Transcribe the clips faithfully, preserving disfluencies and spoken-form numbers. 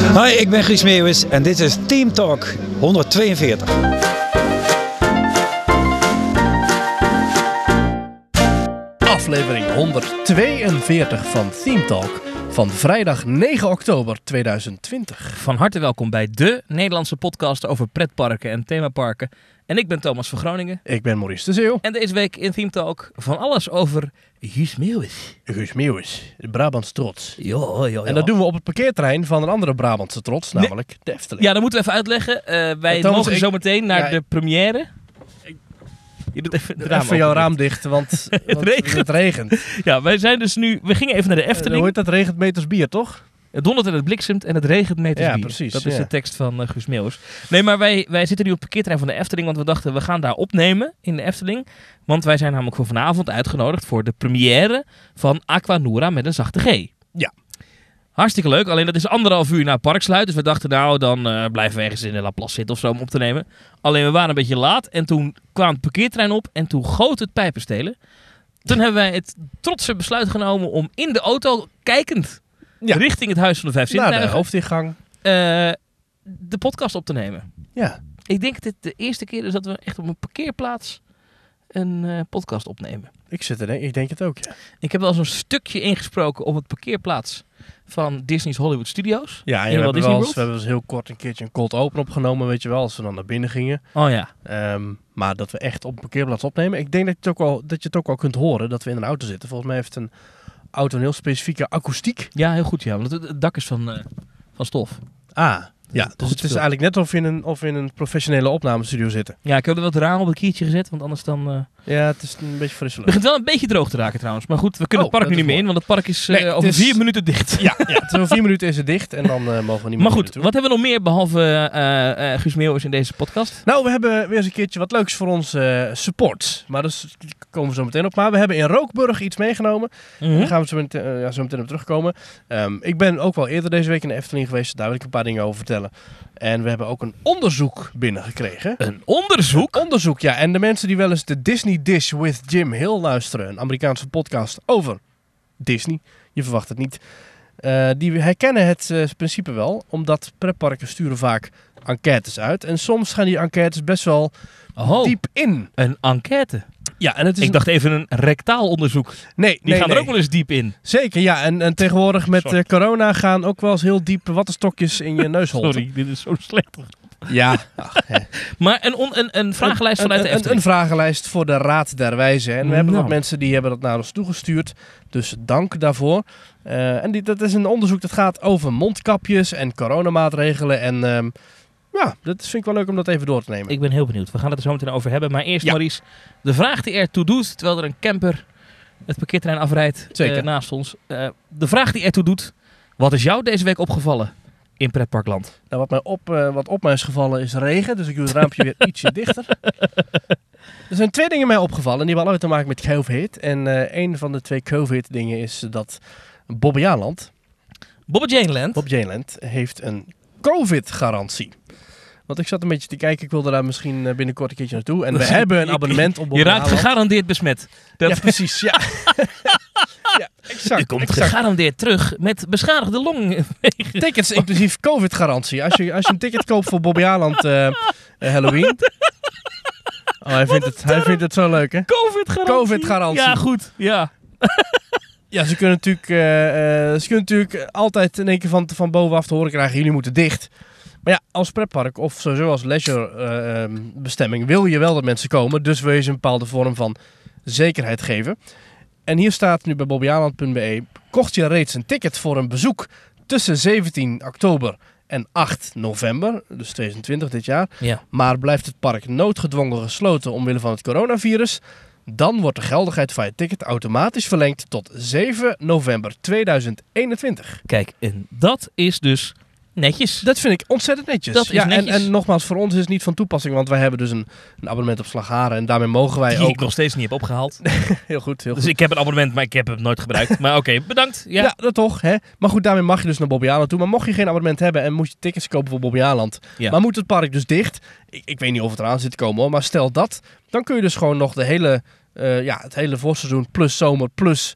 Hoi, ik ben Guus Meeuwis en dit is Team Talk honderdtweeënveertig. Aflevering honderdtweeënveertig van Team Talk van vrijdag negen oktober tweeduizend twintig. Van harte welkom bij de Nederlandse podcast over pretparken en themaparken. En ik ben Thomas van Groningen. Ik ben Maurice de Zeeuw. En deze week in Team Talk van alles over Guus Meeuwis. Guus Meeuwis, de Brabants trots. Jo, jo, jo. En dat doen we op het parkeerterrein van een andere Brabantse trots, Nee. namelijk de Efteling. Ja, dat moeten we even uitleggen. Uh, wij Thomas, mogen ik- zo meteen naar Ja, de première. Je doet even, het raam Even jouw open. raam dicht, want, want regent. het regent. Ja, wij zijn dus nu... We gingen even naar de Uh, Efteling. hoe heet dat? Regent meters bier, toch? Het dondert en het bliksemt en het regent meters Ja, bier. precies, Dat is ja. de tekst van uh, Guus Meeuwis. Nee, maar wij, wij zitten nu op het parkeerterrein van de Efteling, want we dachten we gaan daar opnemen in de Efteling. Want wij zijn namelijk voor vanavond uitgenodigd voor de première van Aquanura met een zachte G. Ja. Hartstikke leuk, alleen dat is anderhalf uur na parksluit. Dus we dachten nou, dan uh, blijven we ergens in de Laplace zitten of zo om op te nemen. Alleen we waren een beetje laat en toen kwam het parkeerterrein op en toen goot het pijpenstelen. Toen hebben wij het trotse besluit genomen om in de auto, kijkend Ja. richting het Huis van de Vijf Naar de Zintuigen, hoofdingang. uh, de podcast op te nemen. Ja. Ik denk dat dit de eerste keer is dat we echt op een parkeerplaats een uh, podcast opnemen. Ik zit er, denk, ik denk het ook, ja. Ik heb wel zo'n stukje ingesproken op het parkeerplaats van Disney's Hollywood Studios. Ja, en In we Walt hebben, Disney wel eens, World? we hebben dus heel kort een keertje een cold open opgenomen, weet je wel, als we dan naar binnen gingen. Oh ja. Um, maar dat we echt op een parkeerplaats opnemen. Ik denk dat je, het ook wel, dat je het ook wel kunt horen dat we in een auto zitten. Volgens mij heeft een auto een heel specifieke akoestiek. Ja, heel goed ja. Want het, het dak is van, uh, van stof. Ah, ja. Goed Dus het is spul. eigenlijk net of we in een, of we in een professionele opnamestudio zitten. Ja, ik heb er wat raam op een kiertje gezet, want anders dan... Uh... Ja, het is een beetje frisse Het lucht. begint wel een beetje droog te raken trouwens. Maar goed, we kunnen Oh, het park nu dat niet is meer in, mooi. want het park is uh, Nee, het over is- vier minuten dicht. Ja, ja, het is over vier minuten is het dicht en dan uh, mogen we niet meer Maar goed, naartoe. wat hebben we nog meer behalve uh, uh, Guus Meeuwis in deze podcast? Nou, we hebben weer eens een keertje wat leuks voor onze uh, support. Maar dus daar komen we zo meteen op. Maar we hebben in Rookburg iets meegenomen. Mm-hmm. Daar gaan we zo meteen, uh, ja, zo meteen op terugkomen. Um, ik ben ook wel eerder deze week in de Efteling geweest. Daar wil ik een paar dingen over vertellen. En we hebben ook een onderzoek binnengekregen. Een onderzoek? Onderzoek, ja. En de mensen die wel eens de Disney Dish with Jim Hill luisteren. Een Amerikaanse podcast over Disney. Je verwacht het niet. Uh, die herkennen het uh, principe wel. Omdat pretparken sturen vaak enquêtes uit. En soms gaan die enquêtes best wel Oh, diep in. een enquête. Ja, en het is Ik dacht even een rectaal onderzoek. Nee, Die nee, gaan nee. er ook wel eens diep in. Zeker, ja. En, en tegenwoordig met Sorry. uh, corona gaan ook wel eens heel diep wattenstokjes in je neusholte. Sorry, dit is zo slecht. Ja. Ach, hè. Maar een, on, een, een vragenlijst vanuit de een, een, Efteling. een vragenlijst voor de Raad der Wijzen. En we hebben Nou. wat mensen die hebben dat naar ons toegestuurd. Dus dank daarvoor. Uh, en die, dat is een onderzoek dat gaat over mondkapjes en coronamaatregelen. En um, ja, dat vind ik wel leuk om dat even door te nemen. Ik ben heel benieuwd. We gaan het er zo meteen over hebben. Maar eerst, Ja. Maurice, de vraag die ertoe doet, terwijl er een camper het parkeerterrein afrijdt Zeker. uh, naast ons. Uh, de vraag die ertoe doet, wat is jou deze week opgevallen in pretparkland? Nou, wat, mij op, uh, wat op mij is gevallen is regen. Dus ik doe het raampje weer ietsje dichter. Er zijn twee dingen mij opgevallen. En die hebben allebei te maken met COVID. En uh, een van de twee COVID dingen is dat Bobbejaanland, Bobby Jane Land. Bob Janeland, heeft een COVID-garantie. Want ik zat een beetje te kijken, ik wilde daar misschien uh, binnenkort een keertje naartoe. En we Je- hebben een je- abonnement op Je Bobbejaanland. raakt gegarandeerd besmet. Dat Ja, precies. Ja, ja exact. je komt exact. gegarandeerd terug met beschadigde long. Tickets inclusief COVID-garantie. Als je, als je een ticket koopt voor Bobbejaanland uh, uh, Halloween. Oh, hij, vindt het, hij vindt het zo leuk, hè? COVID-garantie. COVID-garantie. Ja, goed. Ja. Ja, ze kunnen natuurlijk, uh, uh, ze kunnen natuurlijk altijd in één keer van, van bovenaf te horen krijgen, jullie moeten dicht. Maar ja, als pretpark of sowieso als leisure uh, bestemming wil je wel dat mensen komen. Dus wil je ze een bepaalde vorm van zekerheid geven. En hier staat nu bij bobbejaanland punt b e, kocht je reeds een ticket voor een bezoek tussen zeventien oktober en acht november, dus tweeduizend twintig dit jaar. Ja. Maar blijft het park noodgedwongen gesloten omwille van het coronavirus, dan wordt de geldigheid van je ticket automatisch verlengd tot zeven november tweeduizend eenentwintig. Kijk, en dat is dus netjes. Dat vind ik ontzettend netjes. Dat is ja, netjes. En, en nogmaals, voor ons is het niet van toepassing, want wij hebben dus een, een abonnement op Slagharen en daarmee mogen wij Die ook... ik nog steeds niet heb opgehaald. Heel goed, heel Dus goed. ik heb een abonnement, maar ik heb hem nooit gebruikt. Maar oké, okay, bedankt. Ja. Ja, dat toch. Hè? Maar goed, daarmee mag je dus naar Bobbejaanland toe. Maar mocht je geen abonnement hebben en moet je tickets kopen voor Bobbejaanland, Ja. maar moet het park dus dicht. Ik, ik weet niet of het eraan zit te komen hoor, maar stel dat, dan kun je dus gewoon nog de hele, uh, ja, het hele voorseizoen plus zomer plus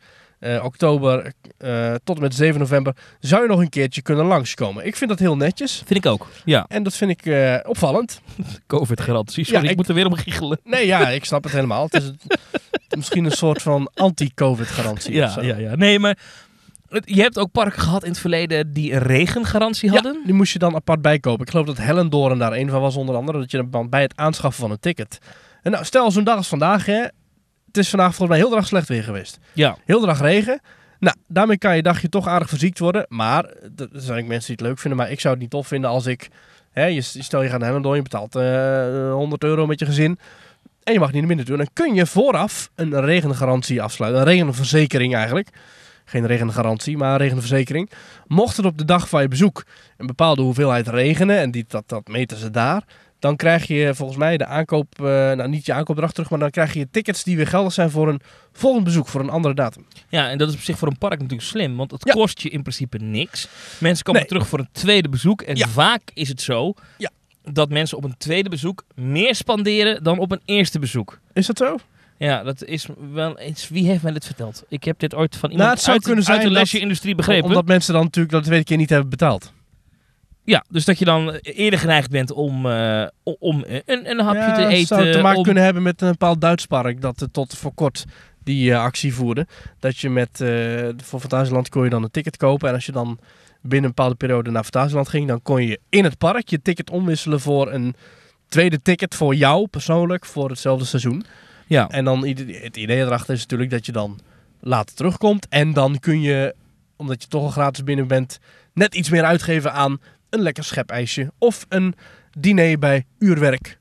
uh, oktober uh, tot en met zeven november, zou je nog een keertje kunnen langskomen. Ik vind dat heel netjes. Vind ik ook, ja. En dat vind ik uh, opvallend. Covid-garantie, sorry, Ja, ik, ik moet er weer om giechelen. Nee, ja, ik snap het helemaal. Het is het, misschien een soort van anti-Covid-garantie. Ja, ja, ja. Nee, maar het- je hebt ook parken gehad in het verleden die een regengarantie hadden. Ja, die moest je dan apart bijkopen. Ik geloof dat Hellendoorn daar een van was, onder andere. Dat je dan bij het aanschaffen van een ticket. En nou, stel zo'n dag als vandaag, hè. Het is vandaag volgens mij heel de dag slecht weer geweest. Ja. Heel de dag regen. Nou, daarmee kan je dagje toch aardig verziekt worden. Maar, er zijn ook mensen die het leuk vinden. Maar ik zou het niet tof vinden als ik... Hè, je, stel je gaat naar Hellendoorn, je betaalt uh, honderd euro met je gezin. En je mag niet naar binnen doen. Dan kun je vooraf een regengarantie afsluiten. Een regenverzekering eigenlijk. Geen regengarantie, maar een regenverzekering. Mocht het op de dag van je bezoek een bepaalde hoeveelheid regenen, en die, dat, dat meten ze daar, dan krijg je volgens mij de aankoop, uh, nou niet je aankoopbedrag terug, maar dan krijg je tickets die weer geldig zijn voor een volgend bezoek, voor een andere datum. Ja, en dat is op zich voor een park natuurlijk slim, want het Ja. kost je in principe niks. Mensen komen Nee. terug voor een tweede bezoek en Ja. vaak is het zo Ja. dat mensen op een tweede bezoek meer spanderen dan op een eerste bezoek. Is dat zo? Ja, dat is wel iets. Wie heeft mij dit verteld? Ik heb dit ooit van iemand het zou uit, kunnen uit de zijn dat- leisure-industrie begrepen. Omdat mensen dan natuurlijk dat de tweede keer niet hebben betaald. Ja, dus dat je dan eerder geneigd bent om, uh, om een, een hapje Ja, te het eten. zou te maken om... kunnen hebben met een bepaald Duits park dat uh, tot voor kort die uh, actie voerde. Dat je met, uh, voor Fantasieland kon je dan een ticket kopen. En als je dan binnen een bepaalde periode naar Fantasieland ging, dan kon je in het park je ticket omwisselen voor een tweede ticket voor jou persoonlijk voor hetzelfde seizoen. Ja. En dan het idee erachter is natuurlijk dat je dan later terugkomt. En dan kun je, omdat je toch al gratis binnen bent, net iets meer uitgeven aan een lekker schepijsje of een diner bij Uurwerk.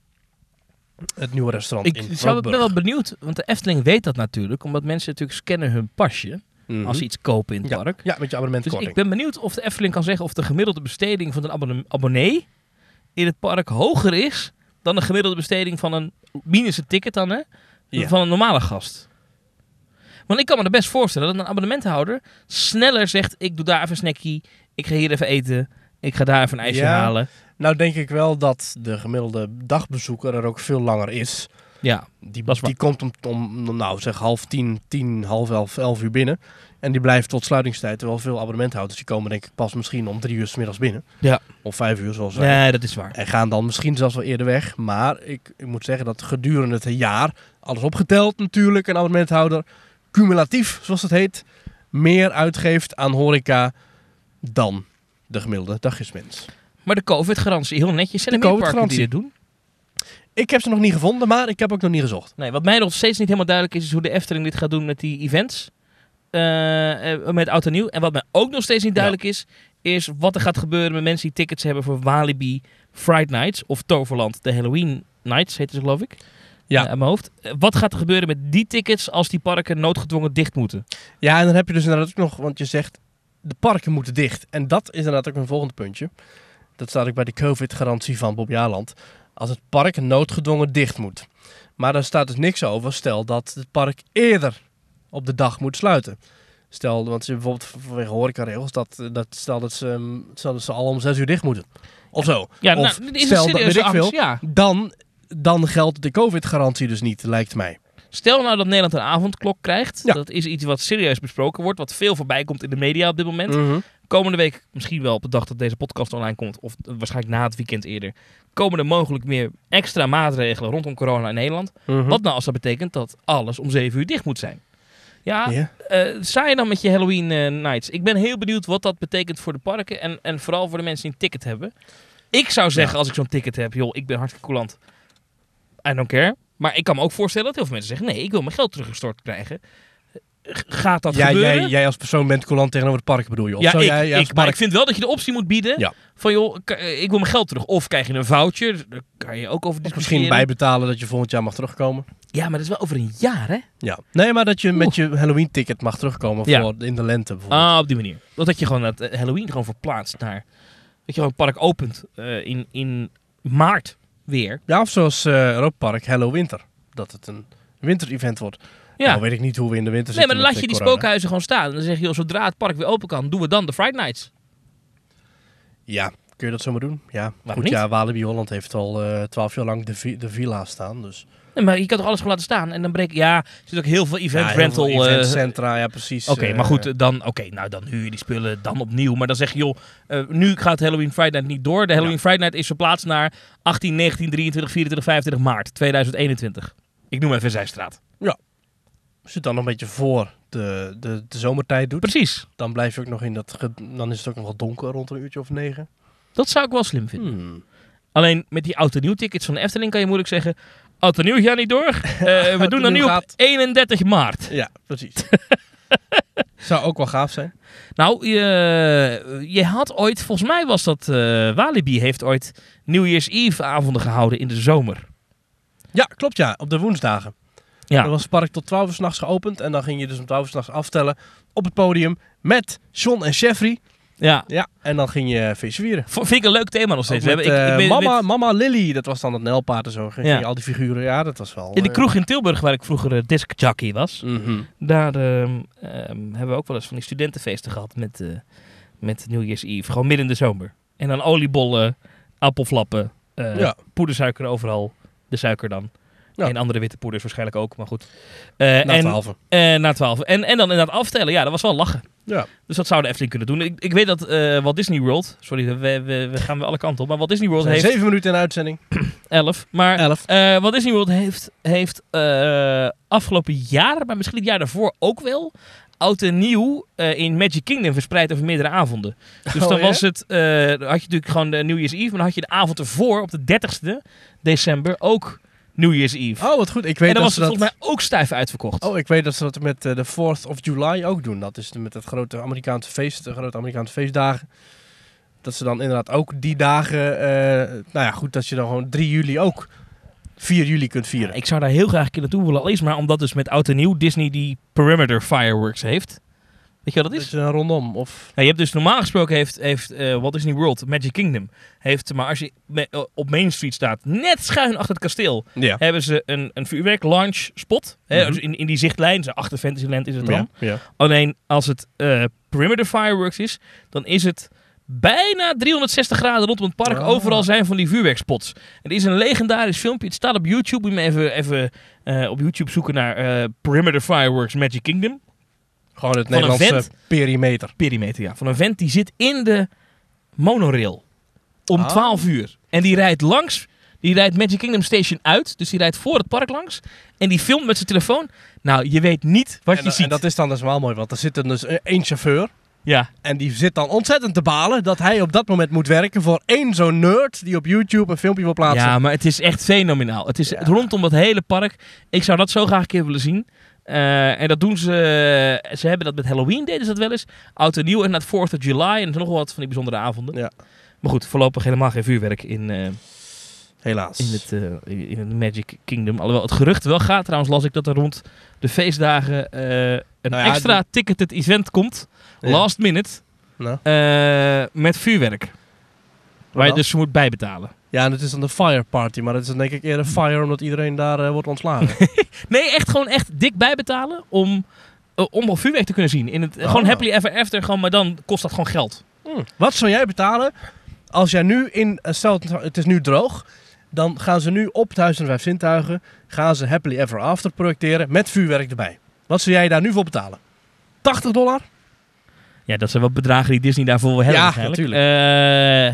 Het nieuwe restaurant Ik in zou, ben Roodburg. wel benieuwd, want de Efteling weet dat natuurlijk, omdat mensen natuurlijk scannen hun pasje Mhm. als ze iets kopen in het ja. park. Ja, met je Dus abonnementkorting. ik ben benieuwd of de Efteling kan zeggen of de gemiddelde besteding van een abonne- abonnee in het park hoger is dan de gemiddelde besteding van een minus een ticket dan, hè? Ja. Van een normale gast. Want ik kan me er best voorstellen dat een abonnementhouder sneller zegt, ik doe daar even een snackie, ik ga hier even eten, ik ga daar even een ijsje Ja. halen. Nou denk ik wel dat de gemiddelde dagbezoeker er ook veel langer is. Ja, Die, Dat is waar. die komt om, om, nou zeg half tien, tien, half elf, elf uur binnen. En die blijft tot sluitingstijd. Terwijl veel abonnementhouders die komen denk ik pas misschien om drie uur 's middags binnen. Ja. Of vijf uur zoals wij. nee, dat is waar. En gaan dan misschien zelfs wel eerder weg. Maar ik, ik moet zeggen dat gedurende het jaar, alles opgeteld natuurlijk, een abonnementhouder cumulatief, zoals het heet, meer uitgeeft aan horeca dan de gemiddelde dagjesmens. Maar de COVID-garantie, heel netjes. Zijn De er meer parken die COVID-garantie. dit doen? Ik heb ze nog niet gevonden, maar ik heb ook nog niet gezocht. Nee, wat mij nog steeds niet helemaal duidelijk is, is hoe de Efteling dit gaat doen met die events. Uh, uh, met Oud en Nieuw. En wat mij ook nog steeds niet duidelijk is, is wat er gaat gebeuren met mensen die tickets hebben voor Walibi Fright Nights of Toverland, de Halloween Nights, heet ze geloof ik. Ja. Uh, uit mijn hoofd. Uh, wat gaat er gebeuren met die tickets als die parken noodgedwongen dicht moeten? Ja, en dan heb je dus inderdaad ook nog, want je zegt de parken moeten dicht. En dat is inderdaad ook een volgende puntje. Dat staat ook bij de COVID-garantie van Bob Jaarland. Als het park noodgedwongen dicht moet. Maar daar staat dus niks over. Stel dat het park eerder op de dag moet sluiten. Stel, want ze bijvoorbeeld vanwege horecaregels, dat, dat stel dat ze, um, stel dat ze al om zes uur dicht moeten. Of zo. Ja, of nou, dit is stel een dat, weet serieuze ik angst, veel, ja. dan, dan geldt de COVID-garantie dus niet, lijkt mij. Stel nou dat Nederland een avondklok krijgt. Ja. Dat is iets wat serieus besproken wordt, wat veel voorbij komt in de media op dit moment. Mhm. Komende week, misschien wel op de dag dat deze podcast online komt, of waarschijnlijk na het weekend eerder, komen er mogelijk meer extra maatregelen rondom corona in Nederland. Mhm. Wat nou als dat betekent dat alles om zeven uur dicht moet zijn? Ja, Ja. eh, sta je dan met je Halloween eh, nights? Ik ben heel benieuwd wat dat betekent voor de parken en, en vooral voor de mensen die een ticket hebben. Ik zou zeggen, Ja. als ik zo'n ticket heb, joh, ik ben hartstikke coulant. I don't care. Maar ik kan me ook voorstellen dat heel veel mensen zeggen, nee, ik wil mijn geld teruggestort krijgen. G- Gaat dat Ja, gebeuren? jij, jij als persoon bent coulant tegenover het park, bedoel je? Of Ja, zo, ik, jij, jij als ik, maar park- ik vind wel dat je de optie moet bieden Ja. van joh, k- ik wil mijn geld terug. Of krijg je een voucher, daar kan je ook over discussiëren. misschien bijbetalen dat je volgend jaar mag terugkomen. Ja, maar dat is wel over een jaar, hè? Ja. Nee, maar dat je met je Halloween-ticket mag terugkomen Ja. voor in de lente bijvoorbeeld. Ah, op die manier. Dat je gewoon het eh, Halloween gewoon verplaatst naar... Dat je gewoon het park opent eh, in, in maart weer. Ja, of zoals uh, Europa Park Hello Winter. Dat het een winter-event wordt. Ja. Nou weet ik niet hoe we in de winter Nee, maar zitten. dan laat je met, die eh, corona. spookhuizen gewoon staan. En dan zeg je, joh, zodra het park weer open kan, doen we dan de Fright Nights. Ja, kun je dat zomaar doen. Ja, Waarom goed, niet? ja, Walibi Holland heeft al uh, twaalf jaar lang de, vi- de villa staan. Dus. Nee, maar je kan toch alles gewoon laten staan en dan breek ja, er zit ook heel veel event ja, rental. heel veel eh, eventcentra, ja precies. Oké, uh, maar goed, dan, okay, nou, dan huur je die spullen dan opnieuw. Maar dan zeg je, joh, uh, nu gaat Halloween Friday Night niet door. De Halloween Ja. Friday Night is verplaatst naar achttien, negentien, drieëntwintig, vierentwintig, vijfentwintig maart tweeduizend eenentwintig. Ik noem even Zijstraat. Als je het dan nog een beetje voor de, de, de zomertijd doet, Precies. dan blijf je ook nog in dat... Ge- dan is het ook nog wel donker rond een uurtje of negen. Dat zou ik wel slim vinden. Hmm. Alleen met die oud en nieuw tickets van de Efteling kan je moeilijk zeggen, oud en nieuw gaat niet door. Uh, we doen dat nu op gaat- eenendertig maart. Ja, precies. Zou ook wel gaaf zijn. Nou, je, je had ooit, volgens mij was dat uh, Walibi heeft ooit New Year's Eve avonden gehouden in de zomer. Ja, klopt ja. Op de woensdagen. Ja. Dan was het park tot twaalf uur 's nachts geopend. En dan ging je dus om twaalf uur 's nachts aftellen op het podium met John en Jeffrey. Ja. Ja, en dan ging je feestje vieren. V- Vind ik een leuk thema nog steeds. Ook We met, hebben, ik, ik eh, weet- mama, weet- mama Lily, dat was dan het Nelpaard en zo. Ging Ja. je al die figuren, ja, dat was wel... in de eh, kroeg in Tilburg, waar ik vroeger uh, discjockey was, mhm. daar ehm, ehm, hebben we ook wel eens van die studentenfeesten gehad met, uh, met New Year's Eve. Gewoon midden in de zomer. En dan oliebollen, appelflappen, uh, Ja. poedersuiker overal. De suiker dan. Ja. En andere witte poeders waarschijnlijk ook, maar goed. Uh, Na en, twaalf. uh, na twaalf. En, en dan inderdaad aftellen. Ja, dat was wel lachen. Ja. Dus dat zou de Efteling kunnen doen. Ik, ik weet dat uh, Walt Disney World... Sorry, we, we, we gaan weer alle kanten op. Maar Walt Disney World We zijn heeft... zeven minuten in de uitzending. elf. Maar Elf. uh, Walt Disney World heeft, heeft uh, afgelopen jaren... maar misschien het jaar daarvoor ook wel... oud en nieuw uh, in Magic Kingdom verspreid over meerdere avonden. Dus Oh, dan ja? was het... Uh, dan had je natuurlijk gewoon de New Year's Eve... maar dan had je de avond ervoor, op de dertigste december... ook New Year's Eve. Oh, wat goed. Ik weet en dan dat was ze het dat... volgens mij ook stijf uitverkocht. Oh, ik weet dat ze dat met uh, de fourth of July ook doen. Dat is de, met het grote Amerikaanse feest, de grote Amerikaanse feestdagen. Dat ze dan inderdaad ook die dagen... Uh, nou ja, goed, dat je dan gewoon drie juli ook vier juli kunt vieren. Ik zou daar heel graag een keer naartoe willen. Allereerst maar omdat dus met oud en nieuw Disney die perimeter fireworks heeft. Weet je wat dat Dat is? je dan rondom of... Ja, je hebt dus normaal gesproken heeft, heeft uh, Walt Disney World, Magic Kingdom, heeft, maar als je me, uh, op Main Street staat, net schuin achter het kasteel, Ja. hebben ze een, een vuurwerk launch spot. Hè, Mhm. dus in, in die zichtlijn, zo achter Fantasyland is het dan. Ja. Ja. Alleen als het uh, perimeter fireworks is, dan is het bijna driehonderdzestig graden rondom het park. Ah. Overal zijn van die vuurwerkspots. Er is een legendarisch filmpje. Het staat op YouTube. Moet je me even, even uh, op YouTube zoeken naar uh, perimeter fireworks Magic Kingdom. Gewoon het Van een Nederlandse vent. perimeter. Perimeter, ja. Van een vent die zit in de monorail. Om Ah. twaalf uur. En die rijdt langs. Die rijdt Magic Kingdom Station uit. Dus die rijdt voor het park langs. En die filmt met zijn telefoon. Nou, je weet niet wat En, je da- ziet. en dat is dan dus wel mooi, want er zit dan dus één chauffeur. Ja. En die zit dan ontzettend te balen dat hij op dat moment moet werken voor één zo'n nerd die op YouTube een filmpje wil plaatsen. Ja, maar het is echt fenomenaal. Het is Ja. het rondom het hele park. Ik zou dat zo graag een keer willen zien. Uh, en dat doen ze... Ze hebben dat met Halloween, deden ze dat wel eens. Oud en nieuw en het fourth of July. En nog wel wat van die bijzondere avonden. Ja. Maar goed, voorlopig helemaal geen vuurwerk in, uh, Helaas. in, het, uh, in het Magic Kingdom. Alhoewel het gerucht wel gaat. Trouwens las ik dat er rond de feestdagen uh, een Nou ja, extra ticketed event komt. Ja. Last minute. Nou. Uh, met vuurwerk. Waar je dan? dus moet bijbetalen. Ja, en het is dan de fire party, maar dat is dan denk ik eerder fire omdat iedereen daar uh, wordt ontslagen. Nee, echt gewoon echt dik bijbetalen om, uh, om op vuurwerk te kunnen zien. In het, Ah. Gewoon happily ever after, gewoon, maar dan kost dat gewoon geld. Hmm. Wat zou jij betalen als jij nu in, stel het is nu droog, dan gaan ze nu op het Huis van de Vijf Zintuigen, gaan ze happily ever after projecteren met vuurwerk erbij. Wat zou jij daar nu voor betalen? tachtig dollar? Ja, dat zijn wel bedragen die Disney daarvoor wil hebben Ja, waarschijnlijk. natuurlijk. Uh,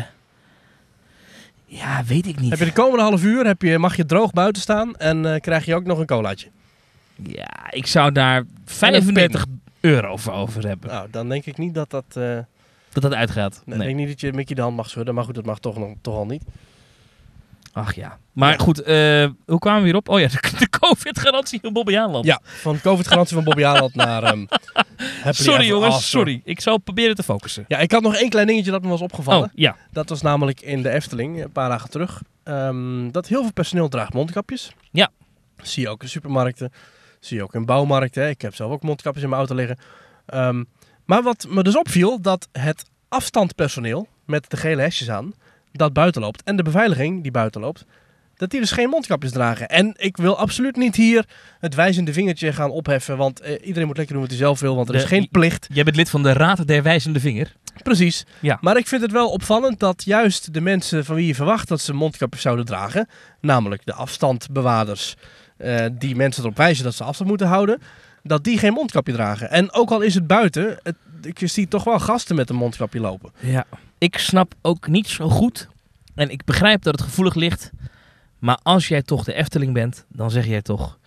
ja, weet ik niet. Heb je de komende half uur heb je, mag je droog buiten staan en uh, krijg je ook nog een colaatje. Ja, ik zou daar vijfendertig euro voor over hebben. Nou, dan denk ik niet dat dat... Uh, dat dat uitgaat. nee. Nee. Ik denk niet dat je Mickey de hand mag schudden, maar goed, dat mag toch, nog, toch al niet. Ach ja. Maar Ja. goed, uh, hoe kwamen we hierop? Oh ja, de, de COVID-garantie van Bobby Aanland. Ja, van COVID-garantie van Bobby Aanland naar... Um, sorry jongens, after. sorry. Ik zal proberen te focussen. Ja, ik had nog één klein dingetje dat me was opgevallen. Oh, ja. Dat was namelijk in de Efteling, een paar dagen terug. Um, dat heel veel personeel draagt mondkapjes. Ja. Zie je ook in supermarkten. Zie je ook in bouwmarkten. Hè. Ik heb zelf ook mondkapjes in mijn auto liggen. Um, maar wat me dus opviel, dat het afstandpersoneel met de gele hesjes aan, dat buiten loopt. En de beveiliging die buiten loopt, dat die dus geen mondkapjes dragen. En ik wil absoluut niet hier het wijzende vingertje gaan opheffen, want uh, iedereen moet lekker doen wat hij zelf wil, want er is De, geen plicht. Jij bent lid van de Raad der Wijzende Vinger. Precies. Ja. Maar ik vind het wel opvallend dat juist de mensen van wie je verwacht dat ze mondkapjes zouden dragen, namelijk de afstandbewaarders, uh, die mensen erop wijzen dat ze afstand moeten houden, dat die geen mondkapje dragen. En ook al is het buiten, het, ik zie toch wel gasten met een mondkapje lopen. Ja. Ik snap ook niet zo goed, en ik begrijp dat het gevoelig ligt, maar als jij toch de Efteling bent, dan zeg jij toch,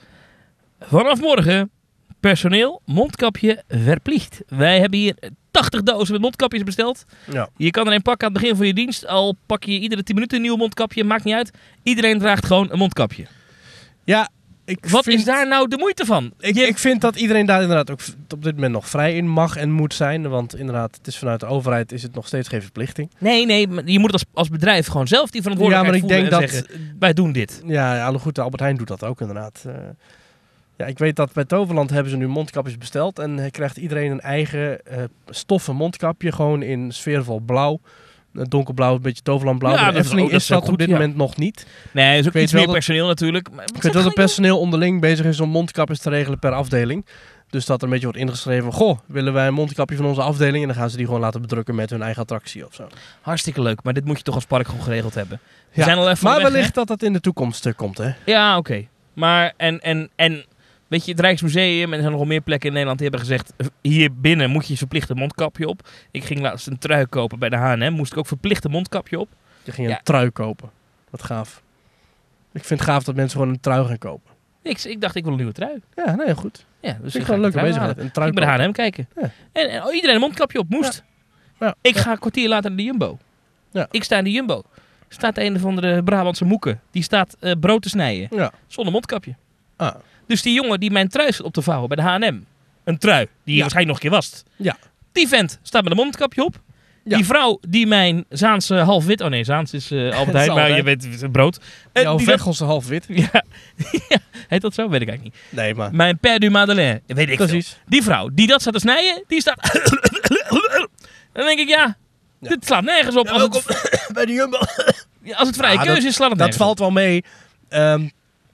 vanaf morgen, personeel, mondkapje verplicht. Wij hebben hier tachtig dozen met mondkapjes besteld. Ja. Je kan er een pakken aan het begin van je dienst, al pak je iedere tien minuten een nieuw mondkapje, maakt niet uit. Iedereen draagt gewoon een mondkapje. Ja, ik Wat vind, is daar nou de moeite van? Ik, Je- ik vind dat iedereen daar inderdaad ook op dit moment nog vrij in mag en moet zijn. Want inderdaad, het is vanuit de overheid is het nog steeds geen verplichting. Nee, nee, maar je moet het als, als bedrijf gewoon zelf die Ja, maar verantwoordelijkheid ik denk voelen dat... en zeggen, wij doen dit. Ja, ja, goed, de Albert Heijn doet dat ook inderdaad. Uh, ja, ik weet dat bij Toverland hebben ze nu mondkapjes besteld. En uh, krijgt iedereen een eigen uh, stoffen mondkapje. Gewoon in sfeervol blauw. Uh, donkerblauw, een beetje Toverlandblauw. Ja, Bij dat de is Efteling ook- dat is is dat ook op dit goed, ja. moment nog niet. Nee, er is ook weet iets wel meer dat- personeel natuurlijk. Maar Ik weet wel dat het personeel onderling bezig is om mondkapjes te regelen per afdeling. Dus dat er een beetje wordt ingeschreven. Goh, willen wij een mondkapje van onze afdeling? En dan gaan ze die gewoon laten bedrukken met hun eigen attractie of zo. Hartstikke leuk, maar dit moet je toch als park gewoon geregeld hebben. We Ja, zijn al even maar weg, hè? wellicht dat dat in de toekomst uh, komt, hè? Ja, oké. Maar, en, en, en, weet je, het Rijksmuseum, en er zijn nog wel meer plekken in Nederland die hebben gezegd, eh, hier binnen moet je verplicht een mondkapje op. Ik ging laatst een trui kopen bij de H en M, moest ik ook verplicht een mondkapje op. Je ging Ja. een trui kopen. Wat gaaf. Ik vind het gaaf dat mensen gewoon een trui gaan kopen. Ik, ik dacht, ik wil een nieuwe trui. Ja, nee, goed. Ja, dus Vind ik ik ga gewoon een leuk trui bezig halen. met een trui Ik bij de H kopen. en M kijken. Ja. En, en oh, iedereen een mondkapje op, moest. Ja. Ik Ja. ga een kwartier later naar de Jumbo. Ja. Ik sta in de Jumbo. Staat een of andere Brabantse moeke. Die staat eh, brood te snijden. Ja. Zonder mondkapje. Ah. Dus die jongen die mijn trui zit op te vouwen bij de H en M. Een trui die je Ja. waarschijnlijk nog een keer wast. Ja. Die vent staat met een mondkapje op. Ja. Die vrouw die mijn Zaanse half wit... Oh nee, Zaans is uh, Albert Heijn, maar je weet het is brood. En Jouw die dat- Vechelse half wit. ja, ja, heet dat zo? Weet ik eigenlijk niet. Nee, maar... Mijn Père du Madeleine, weet ik veel. Precies. Die vrouw die dat staat te snijden, die staat... Dan denk ik, ja, Ja. dit slaat nergens op. Als het, bij de Jumbo. ja, als het vrije Ja, keuze is, slaat het Dat nergens valt wel mee. Ehm,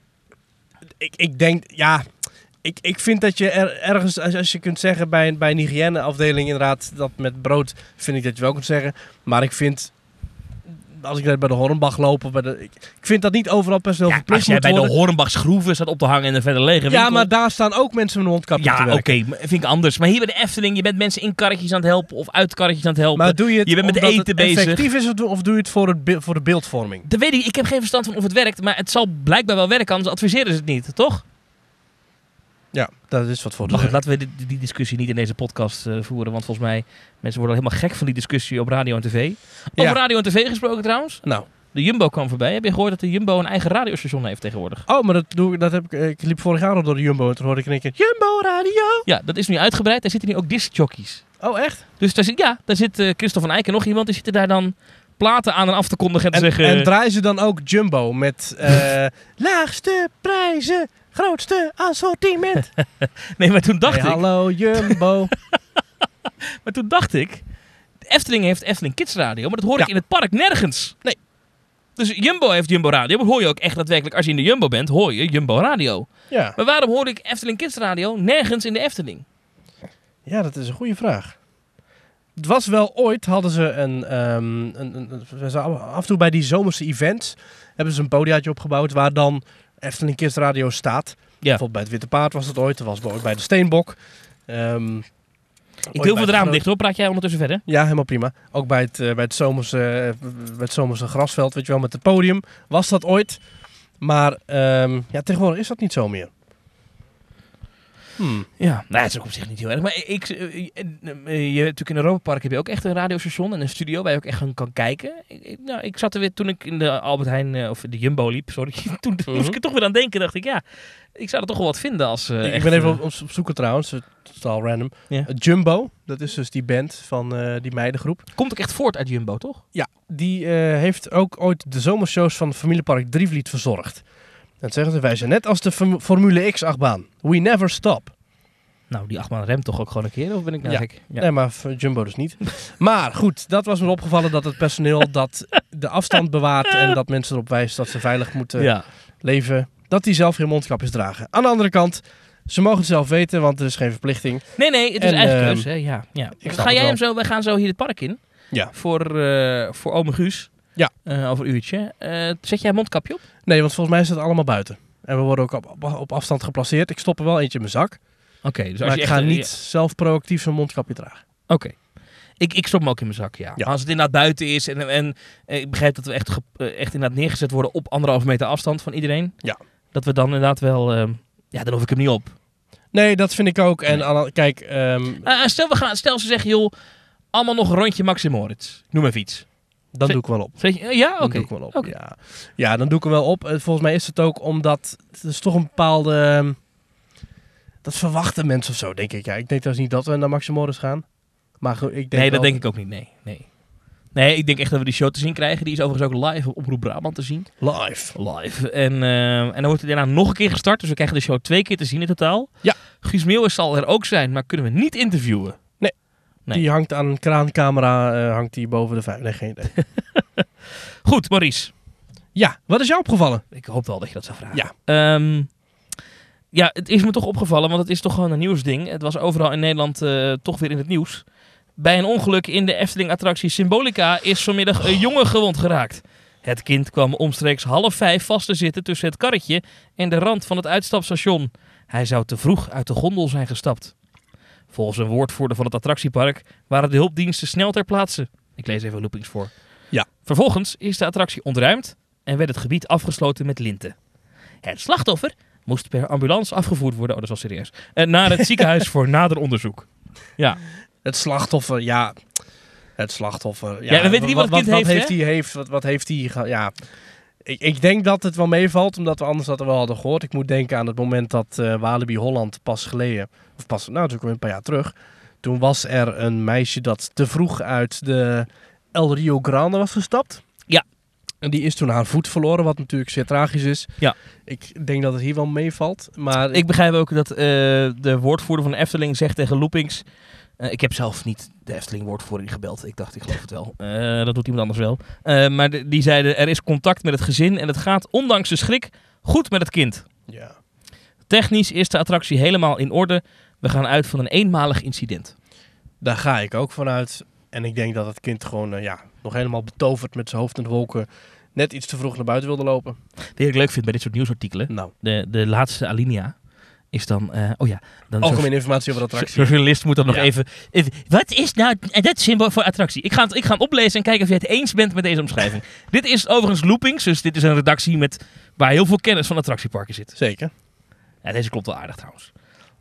ik, ik denk, ja... Ik, ik vind dat je er, ergens, als, als je kunt zeggen bij, een- bij een hygiëneafdeling inderdaad, dat met brood, vind ik dat je wel kunt zeggen. Maar ik vind, als ik net bij de Hornbach loop, of bij de, ik, ik vind dat niet overal personeel op. Ja, verplicht als jij moet bij de worden. Hornbachs groeven staat op te hangen in een verder lege winkel. Ja, maar daar staan ook mensen met een mondkapje te Ja, oké, werken. maar vind ik anders. Maar hier bij de Efteling, je bent mensen in karretjes aan het helpen of uit karretjes aan het helpen. Maar doe je het Je bent met omdat eten het bezig. effectief is of- of doe je het voor, het, be- voor de beeldvorming? Dat weet ik, ik heb geen verstand van of het werkt, maar het zal blijkbaar wel werken, anders adviseren ze het niet, toch? Ja, dat is wat voor te Maar goed, zeggen. laten we die, die discussie niet in deze podcast eh, voeren, want volgens mij, mensen worden al helemaal gek van die discussie op radio en tv. Over Ja. radio en tv gesproken trouwens, Nou, de Jumbo kwam voorbij. Heb je gehoord dat de Jumbo een eigen radiostation heeft tegenwoordig? oh, maar dat, doe, ik- dat heb ik, ik liep vorig jaar al door de Jumbo en toen hoorde ik in één keer, Jumbo Radio! Ja, dat is nu uitgebreid. Daar zitten nu ook discjockeys. Oh, echt? Dus daar zit, ja, daar zit eh Christophe van Eyck en nog iemand, die zitten daar dan platen aan en af te kondigen en te En, zeggen... en draaien ze dan ook Jumbo met eh, laagste prijzen, grootste assortiment? nee, maar toen dacht Hey, ik... hallo Jumbo. Maar toen dacht ik, de Efteling heeft Efteling Kids Radio, maar dat hoor ik Ja. in het park nergens. Nee. Dus Jumbo heeft Jumbo Radio, maar hoor je ook echt daadwerkelijk, als je in de Jumbo bent, hoor je Jumbo Radio. Ja. Maar waarom hoor ik Efteling Kids Radio nergens in de Efteling? ja, dat is een goede vraag. Het was wel ooit, hadden ze een, ehm, een, een, een- ze af en toe bij die zomerse events, hebben ze een podiaatje opgebouwd waar dan Efteling Kids Radio staat. Ja. Bijvoorbeeld bij het Witte Paard was het ooit, dat was ooit bij de Steenbok. Ehm, Ik ooit wil bij voor de het raam Gro- dicht hoor, praat jij ondertussen verder? Ja, helemaal prima. Ook bij het, eh, bij het, zomerse, eh, bij het zomerse grasveld, weet je wel, met het podium, was dat ooit. Maar ehm, ja, tegenwoordig is dat niet zo meer. Hmm. Ja, nou, het is ook op zich niet heel erg. Maar ik, eh, eh, eh, je, natuurlijk in Europa Park heb je ook echt een radiostation en een studio waar je ook echt gewoon kan kijken. Ik, ik- nou, ik zat er weer toen ik in de Albert Heijn, eh, of de Jumbo liep, sorry. Toen Mhm. moest ik er toch weer aan denken, dacht ik, ja, ik zou er toch wel wat vinden als... eh, ik echt, ben even eh, op, op zoeken trouwens, het is al random. Ja. Uh, Jumbo, dat is dus die band van eh, die meidengroep. Komt ook echt voort uit Jumbo, toch? Ja, die eh, heeft ook ooit de zomershows van Familiepark Drievliet verzorgd. Dat zeggen ze, wij zijn net als de Form- Formule X achtbaan. We never stop. Nou, die achtbaan remt toch ook gewoon een keer? Of ben ik nou Ja. gek? Ja. Nee, maar voor Jumbo dus niet. Maar goed, dat was me opgevallen dat het personeel dat de afstand bewaart en dat mensen erop wijst dat ze veilig moeten Ja. leven, dat die zelf geen mondkapjes dragen. Aan de andere kant, ze mogen het zelf weten, want er is geen verplichting. Nee, nee, het is En, eigen ehm, keuze. Hè? Ja, ja. ik snap Ga het jij wel. hem zo? Wij gaan zo hier het park in. Ja. Voor, uh, voor ome Guus. Ja. Uh, over een uurtje. Uh, zet jij een mondkapje op? Nee, want volgens mij is het allemaal buiten. En we worden ook op, op, op afstand geplaceerd. Ik stop er wel eentje in mijn zak. Oké, okay, dus als maar je ik echt, ga uh, niet zelf proactief zo'n mondkapje dragen. Oké. Okay. Ik, ik stop hem ook in mijn zak, ja. Ja. Maar als het inderdaad buiten is en, en, en ik begrijp dat we echt, ge, uh, echt inderdaad neergezet worden op anderhalve meter afstand van iedereen. Ja. Dat we dan inderdaad wel... Uh, ja, dan hoef ik hem niet op. Nee, dat vind ik ook. En Nee. aan, kijk... Um, Uh, stel, we gaan, stel ze zeggen, joh, allemaal nog een rondje Maxim Moritz. Noem even iets. dan Zet- doe ik wel op. Zeg je, uh, ja, oké. Dan doe ik wel op. Oké. Ja. ja, dan doe ik hem wel op. En volgens mij is het ook omdat... Het is toch een bepaalde... um, dat verwachten mensen of zo, denk ik. Ja, ik denk dus niet dat we naar Maxim Moritz gaan. Maar goed, ik denk Nee, dat wel- denk ik ook niet. Nee, nee. Nee, ik denk echt dat we die show te zien krijgen. Die is overigens ook live op Omroep Brabant te zien. Live. Live. En, uh, en dan wordt hij daarna nog een keer gestart. Dus we krijgen de show twee keer te zien in totaal. Ja. Guus Meeuwis zal er ook zijn, maar kunnen we niet interviewen. Nee. Die hangt aan een kraancamera, uh, hangt die boven de vijf. Nee, geen idee. Goed, Maurice. Ja, wat is jou opgevallen? Ik hoop wel dat je dat zou vragen. Ja. Um, ja, het is me toch opgevallen, want het is toch gewoon een nieuwsding. Het was overal in Nederland uh, toch weer in het nieuws. Bij een ongeluk in de Efteling-attractie Symbolica is vanmiddag een jongen gewond geraakt. Het kind kwam omstreeks half vijf vast te zitten tussen het karretje en de rand van het uitstapstation. Hij zou te vroeg uit de gondel zijn gestapt. Volgens een woordvoerder van het attractiepark waren de hulpdiensten snel ter plaatse. Ik lees even loopings voor. Ja. Vervolgens is de attractie ontruimd en werd het gebied afgesloten met linten. Het slachtoffer moest per ambulance afgevoerd worden, oh dat is wel serieus, en naar het ziekenhuis voor nader onderzoek. Ja. Het slachtoffer, ja. Het slachtoffer. Ja, Ja, we weten niet wat het kind wat, heeft, Wat heeft hè? hij, heeft, wat, wat heeft hij ge- ja. Ik, ik denk dat het wel meevalt, omdat we anders dat wel hadden gehoord. Ik moet denken aan het moment dat uh, Walibi Holland pas geleden, of pas, nou natuurlijk weer een paar jaar terug. Toen was er een meisje dat te vroeg uit de El Rio Grande was gestapt. Ja. En die is toen haar voet verloren, wat natuurlijk zeer tragisch is. Ja. Ik denk dat het hier wel meevalt. Maar Ik begrijp ook dat uh, de woordvoerder van de Efteling zegt tegen Loopings... Uh, ik heb zelf niet de Efteling-woordvoering gebeld. Ik dacht, ik geloof het wel. Uh, dat doet iemand anders wel. Uh, maar de, die zeiden, er is contact met het gezin en het gaat, ondanks de schrik, goed met het kind. ja. Technisch is de attractie helemaal in orde. We gaan uit van een eenmalig incident. Daar ga ik ook vanuit. En ik denk dat het kind gewoon uh, ja, nog helemaal betoverd met zijn hoofd in de wolken net iets te vroeg naar buiten wilde lopen. Wat ik leuk vind bij dit soort nieuwsartikelen, Nou, de, de laatste alinea is dan... Uh, oh ja, dan algemene informatie over de Zo'n attractie. journalist moet dan nog Ja. even, even... Wat is nou dat symbool voor attractie? Ik ga, het, ik ga het oplezen en kijken of je het eens bent met deze omschrijving. Dit is overigens Loopings, dus dit is een redactie met, waar heel veel kennis van attractieparken zit. Zeker. Ja, deze klopt wel aardig trouwens.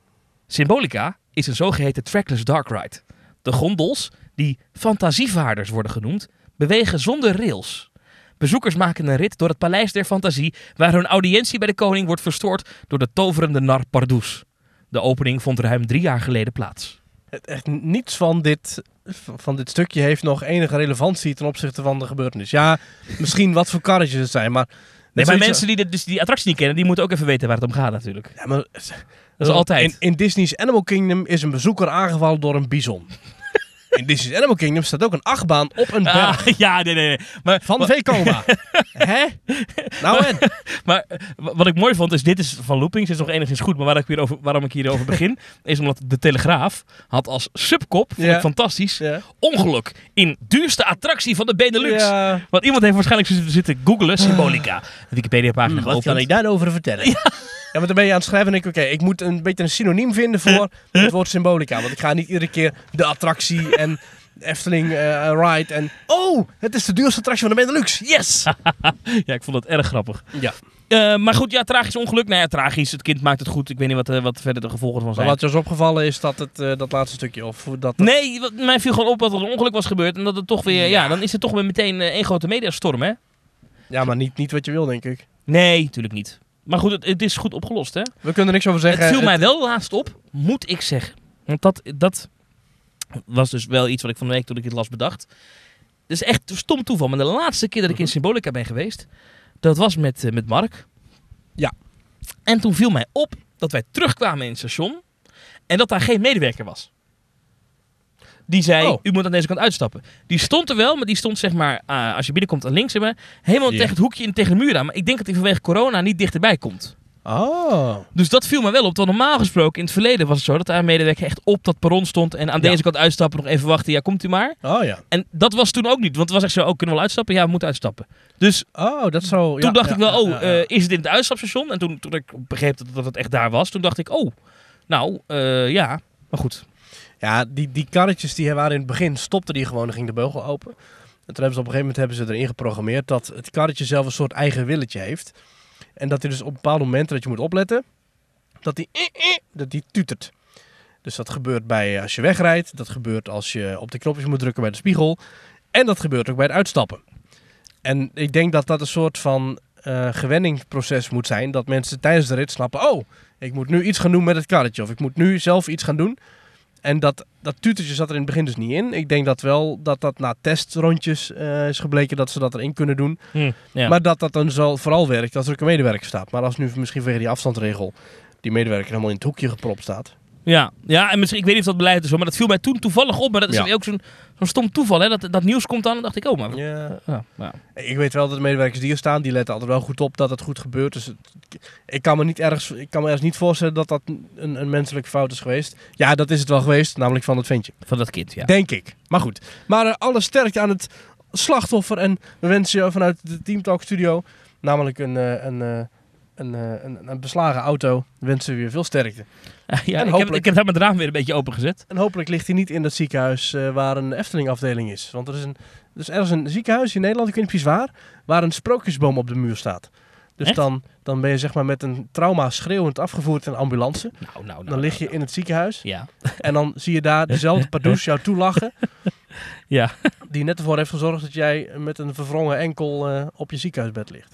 Symbolica is een zogeheten trackless dark ride. De gondels, die fantasievaarders worden genoemd, bewegen zonder rails. Bezoekers maken een rit door het Paleis der Fantasie, waar hun audiëntie bij de koning wordt verstoord door de toverende nar Pardoes. De opening vond ruim drie jaar geleden plaats. Het, echt niets van dit, van dit stukje heeft nog enige relevantie ten opzichte van de gebeurtenis. Ja, misschien wat voor karretjes het zijn, maar... Nee, maar zoiets- mensen die, de, dus die attractie niet kennen, die moeten ook even weten waar het om gaat natuurlijk. Ja, maar... Dat is altijd. In, in Disney's Animal Kingdom is een bezoeker aangevallen door een bison. In Disney's Animal Kingdom staat ook een achtbaan op een berg. Ah, ja, nee, nee, nee. Maar, Van maar, Vekoma. Hè? Nou en? maar uh, wat ik mooi vond, is dit is van Loopings, is nog enigszins goed, maar waar ik weer over, waarom ik hierover begin, is omdat de Telegraaf had als subkop, vond Ja. ik fantastisch, Ja. ongeluk in duurste attractie van de Benelux. Ja. Want iemand heeft waarschijnlijk zitten, zitten googlen, Symbolica. De Wikipedia-pagina Hm, wat geopend. kan ik daarover vertellen? Ja. Ja, maar dan ben je aan het schrijven en denk ik, oké, ik moet een beetje een synoniem vinden voor het woord symbolica. Want ik ga niet iedere keer de attractie en Efteling uh, ride en... Oh, het is de duurste attractie van de Benelux. Yes! Ja, ik vond het erg grappig. Ja. Uh, maar goed, ja, tragisch ongeluk. Nou ja, tragisch. Het kind maakt het goed. Ik weet niet wat, uh, wat verder de gevolgen van Maar zijn. wat je is opgevallen is dat het, uh, dat laatste stukje, of dat... dat... Nee, wat, mij viel gewoon op dat er een ongeluk was gebeurd. En dat het toch weer, ja, Ja. dan is het toch weer meteen uh, één grote mediastorm, hè? Ja, maar niet, niet wat je wil, denk ik. Nee, natuurlijk niet. Maar goed, het, het is goed opgelost, hè? We kunnen er niks over zeggen. Het viel mij wel laatst op, moet ik zeggen. Want dat, dat was dus wel iets wat ik van de week toen ik het las bedacht. Het is echt stom toeval. Maar de laatste keer dat ik in Symbolica ben geweest, dat was met, uh, met Mark. Ja. En toen viel mij op dat wij terugkwamen in het station. En dat daar geen medewerker was. Die zei, Oh. u moet aan deze kant uitstappen. Die stond er wel, maar die stond zeg maar, uh, als je binnenkomt aan links, zeg maar, helemaal Ja. tegen het hoekje en tegen de muur aan. Maar ik denk dat hij vanwege corona niet dichterbij komt. Oh. Dus dat viel me wel op. Want normaal gesproken, in het verleden was het zo dat daar een medewerker echt op dat perron stond en aan Ja. deze kant uitstappen, nog even wachten, ja, komt u maar. Oh ja. En dat was toen ook niet, want het was echt zo, oh, kunnen we wel uitstappen? Ja, we moeten uitstappen. Dus Oh, dat zou... toen ja, dacht ja, ik wel, ja, oh, ja, ja. uh, is het in het uitstapstation? En toen, toen ik begreep dat, dat het echt daar was, toen dacht ik, oh, nou, uh, ja, maar goed. Ja, die, die karretjes die waren in het begin, stopten die gewoon en ging de beugel open. En toen hebben ze op een gegeven moment hebben ze erin geprogrammeerd dat het karretje zelf een soort eigen willetje heeft. En dat hij dus op bepaalde momenten dat je moet opletten, dat die, eh, eh, dat die tutert. Dus dat gebeurt bij als je wegrijdt, dat gebeurt als je op de knopjes moet drukken bij de spiegel. En dat gebeurt ook bij het uitstappen. En ik denk dat dat een soort van uh, gewenningsproces moet zijn, dat mensen tijdens de rit snappen, oh, ik moet nu iets gaan doen met het karretje, of ik moet nu zelf iets gaan doen. En dat, dat tutertje zat er in het begin dus niet in. Ik denk dat wel dat dat na testrondjes uh, is gebleken dat ze dat erin kunnen doen. Hm, ja. Maar dat dat dan zal vooral werkt als er ook een medewerker staat. Maar als nu misschien vanwege die afstandsregel die medewerker helemaal in het hoekje gepropt staat. Ja, ja, en misschien, ik weet niet of dat beleid is zo, maar dat viel mij toen toevallig op. Maar dat is Ja. ook zo'n zo'n stom toeval, hè? Dat, dat nieuws komt aan en dacht ik, oh, maar... Ja. Ja, ja. Ik weet wel dat de medewerkers die er staan, die letten altijd wel goed op dat het goed gebeurt. Dus het, ik, kan me niet ergens, ik kan me ergens niet voorstellen dat dat een, een menselijke fout is geweest. Ja, dat is het wel geweest, namelijk van het ventje. Van dat kind, ja. Denk ik. Maar goed. Maar uh, alle sterkte aan het slachtoffer. En we wensen je vanuit de Team Talk studio, namelijk een, uh, een, uh, een, uh, een, een beslagen auto, wensen we je veel sterkte. ja, ik, heb, hopelijk- ik heb daar mijn raam weer een beetje opengezet. En hopelijk ligt hij niet in dat ziekenhuis uh, waar een Efteling afdeling is. Want er is, een, er is ergens een ziekenhuis in Nederland, ik weet niet precies waar, waar een sprookjesboom op de muur staat. Dus Echt? dan, dan ben je zeg maar met een trauma schreeuwend afgevoerd in een ambulance. Nou, nou, nou. Dan lig je nou, in het ziekenhuis. nou. Ja. En dan zie je daar dezelfde pardoes jou toelachen. Ja. Die net ervoor heeft gezorgd dat jij met een verwrongen enkel uh, op je ziekenhuisbed ligt.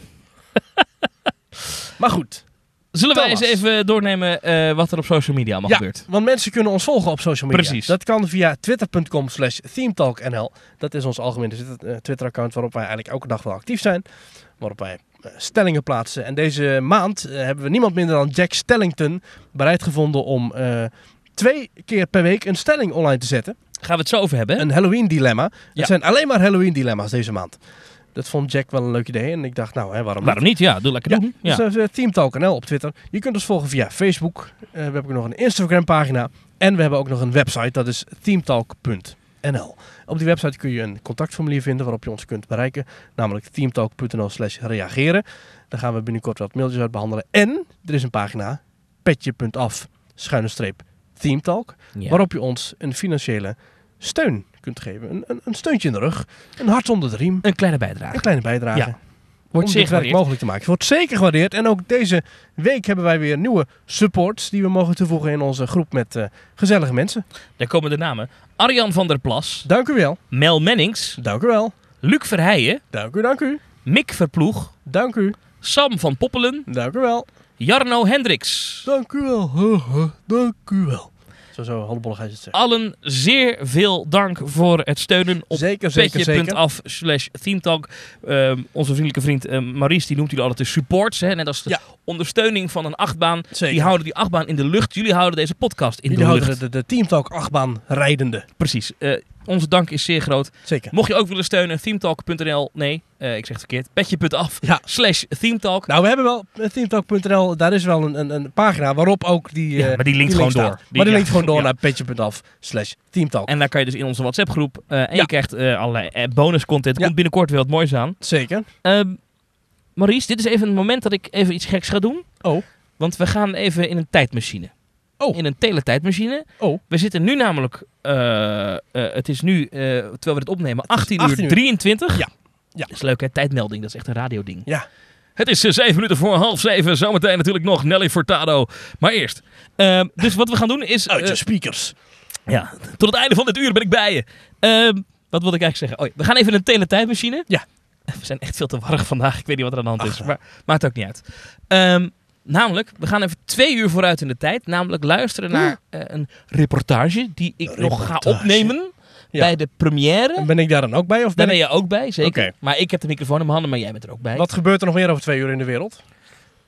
Maar goed. Zullen wij eens Thomas. even doornemen uh, wat er op social media allemaal Ja, gebeurt? want mensen kunnen ons volgen op social media. Precies. Dat kan via twitter.com slash themetalknl. Dat is ons algemene uh, Twitter-account waarop wij eigenlijk elke dag wel actief zijn. Waarop wij uh, stellingen plaatsen. En deze maand uh, hebben we niemand minder dan Jack Stellington bereid gevonden om uh, twee keer per week een stelling online te zetten. Gaan we het zo over hebben, hè? Een Halloween-dilemma. Het Ja. zijn alleen maar Halloween-dilemma's deze maand. Dat vond Jack wel een leuk idee. En ik dacht, nou, hè, waarom niet? Waarom niet? Ja, doe lekker Ja, doen. Ja. dus uh, Team Talk N L op Twitter. Je kunt ons volgen via Facebook. Uh, we hebben ook nog een Instagram pagina. En we hebben ook nog een website. Dat is teamtalk punt n l. Op die website kun je een contactformulier vinden waarop je ons kunt bereiken. Namelijk teamtalk punt n l slash reageren. Daar gaan we binnenkort wat mailtjes uit behandelen. En er is een pagina petje.af schuine streep teamtalk. Ja. Waarop je ons een financiële steun kunt geven. Een, een, een steuntje in de rug. Een hart onder de riem. Een kleine bijdrage. Een kleine bijdrage. Ja. Wordt om zeer dit werk gewaardeerd. mogelijk te maken. Het wordt zeker gewaardeerd. En ook deze week hebben wij weer nieuwe supports die we mogen toevoegen in onze groep met uh, gezellige mensen. Daar komen de namen. Arjan van der Plas, Dank u wel. Mel Mennings, Dank u wel. Luc Verheijen, Dank u, dank u. Mick Verploeg, Dank u. Sam van Poppelen, Dank u wel. Jarno Hendricks. Dank u wel. Dank u wel. Zo, zo, handbollig als je het zegt. Allen zeer veel dank voor het steunen op Zeker, zeker, zeker. petje.af slash themetalk. Um, onze vriendelijke vriend um, Maurice, die noemt jullie altijd de supports. Hè? Net als de Ja. ondersteuning van een achtbaan. Zeker. Die houden die achtbaan in de lucht. Jullie houden deze podcast in Jullie de houden lucht. de, de, de Teamtalk achtbaan rijdende. Precies. Uh, onze dank is zeer groot. Zeker. Mocht je ook willen steunen, themetalk punt n l. Nee, uh, ik zeg het verkeerd. Petje.af Ja. slash themetalk. Nou, we hebben wel uh, teamtalk punt n l. Daar is wel een, een, een pagina waarop ook die... Ja, uh, maar die linkt gewoon link door. staat. Die- maar die ja. linkt gewoon door Ja. naar petje.af slash teamtalk. En daar kan je dus in onze WhatsApp groep. Uh, en Ja. je krijgt uh, allerlei uh, bonus content. Er Ja. komt binnenkort weer wat moois aan. Zeker. Um, Maurice, dit is even een moment dat ik even iets geks ga doen. Oh. Want we gaan even in een tijdmachine. Oh. In een teletijdmachine. Oh. We zitten nu namelijk, uh, uh, het is nu, uh, terwijl we dit opnemen, achttien achttien uur uur. drieëntwintig. Ja. Ja. Dat is leuk hè, tijdmelding, dat is echt een radioding. Ja. Het is uh, zeven minuten voor half zeven, zometeen natuurlijk nog Nelly Furtado. Maar eerst, uh, dus wat we gaan doen is, Uit uh, je speakers. ja, tot het einde van dit uur ben ik bij je. Uh, wat wilde ik eigenlijk zeggen? Oh, ja, we gaan even in een teletijdmachine. Ja. We zijn echt veel te warrig vandaag, ik weet niet wat er aan de hand Ach, is, ja. maar maakt ook niet uit. Um, Namelijk, we gaan even twee uur vooruit in de tijd. Namelijk luisteren naar uh, een reportage die ik Een nog ga reportage. opnemen Ja. bij de première. En ben ik daar dan ook bij? Of ben Daar ben ik... je ook bij, zeker. Oké. Maar ik heb de microfoon in mijn handen, maar jij bent er ook bij. Wat gebeurt er nog meer over twee uur in de wereld?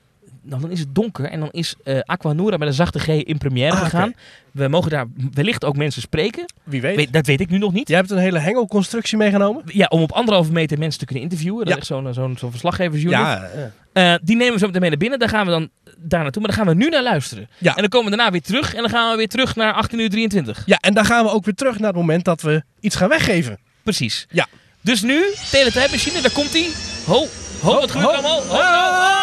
nou, dan is het donker en dan is uh, Aquanura met een zachte G in première Ah, gegaan. okay. We mogen daar wellicht ook mensen spreken. Wie weet. weet. Dat weet ik nu nog niet. Jij hebt een hele hengelconstructie meegenomen? Ja, om op anderhalve meter mensen te kunnen interviewen. Dat Ja. ligt zo'n zo'n zo'n verslaggeversjongen. Ja. ja. Uh, die nemen we zo meteen mee naar binnen. Daar gaan we dan daar naartoe. Maar daar gaan we nu naar luisteren. Ja. En dan komen we daarna weer terug. En dan gaan we weer terug naar achttien uur drieëntwintig. Ja, en dan gaan we ook weer terug naar het moment dat we iets gaan weggeven. Precies. Ja. Dus nu, teletijdmachine, daar komt hij. Ho, ho, Ho, wat gebeurt er ho, allemaal? Ho, ho. ho, ho.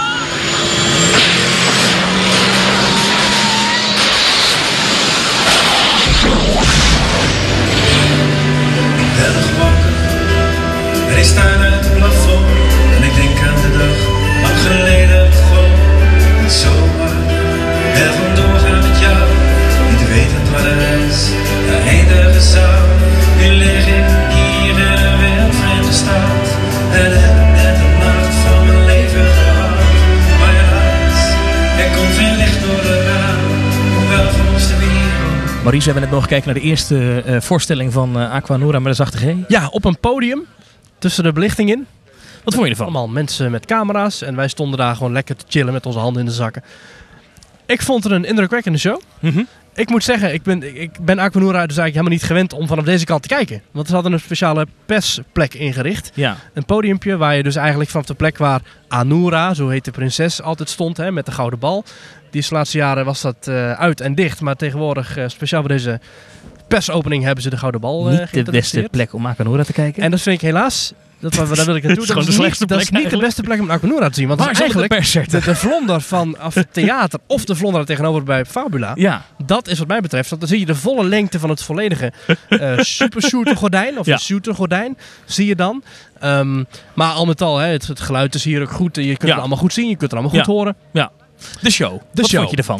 Erg wakker, er is staan uit het plafond. En ik denk aan de dag, lang geleden begon. Niet zomaar, er vandoor gaan met jou. Niet wetend waar de reis naar eindigen zou. Nu lig ik hier in een wereldvreemde staat. En heb net de nacht van mijn leven gehad. Maar helaas, er komt geen licht door de raam. Hoewel van ons de wereld. Maurice, we hebben net mogen kijken naar de eerste uh, voorstelling van uh, Aquanura met een zachte G. Ja, op een podium. Tussen de belichting in. Wat vond je ervan? Allemaal mensen met camera's. En wij stonden daar gewoon lekker te chillen met onze handen in de zakken. Ik vond het een indrukwekkende show. Mm-hmm. Ik moet zeggen, ik ben, ik ben Aquanura dus eigenlijk helemaal niet gewend om vanaf deze kant te kijken. Want ze hadden een speciale persplek ingericht. Ja. Een podiumpje waar je dus eigenlijk vanaf de plek waar Anura, zo heet de prinses, altijd stond, hè, met de gouden bal. Die is de laatste jaren was dat uh, uit en dicht. Maar tegenwoordig, uh, speciaal voor deze persopening, hebben ze de gouden bal uh, Niet de beste geïntroduceerd. plek om Aquanura te kijken. En dat vind ik helaas, dat, daar wil ik naartoe. Het is gewoon de niet- slechtste dat is plek niet de beste plek om Aquanura te zien. Want waar dat is is eigenlijk eigenlijk de de, de vlonder van af het theater of de vlonder er tegenover bij Fabula. Ja. Dat is wat mij betreft, want dan zie je de volle lengte van het volledige uh, super shooter gordijn, of Ja. een shooter gordijn, zie je dan. Um, maar al met al, hè, het, het geluid is hier ook goed. Je kunt Ja. het allemaal goed zien, je kunt het allemaal goed Ja. horen. De show. De Wat show. vond je ervan?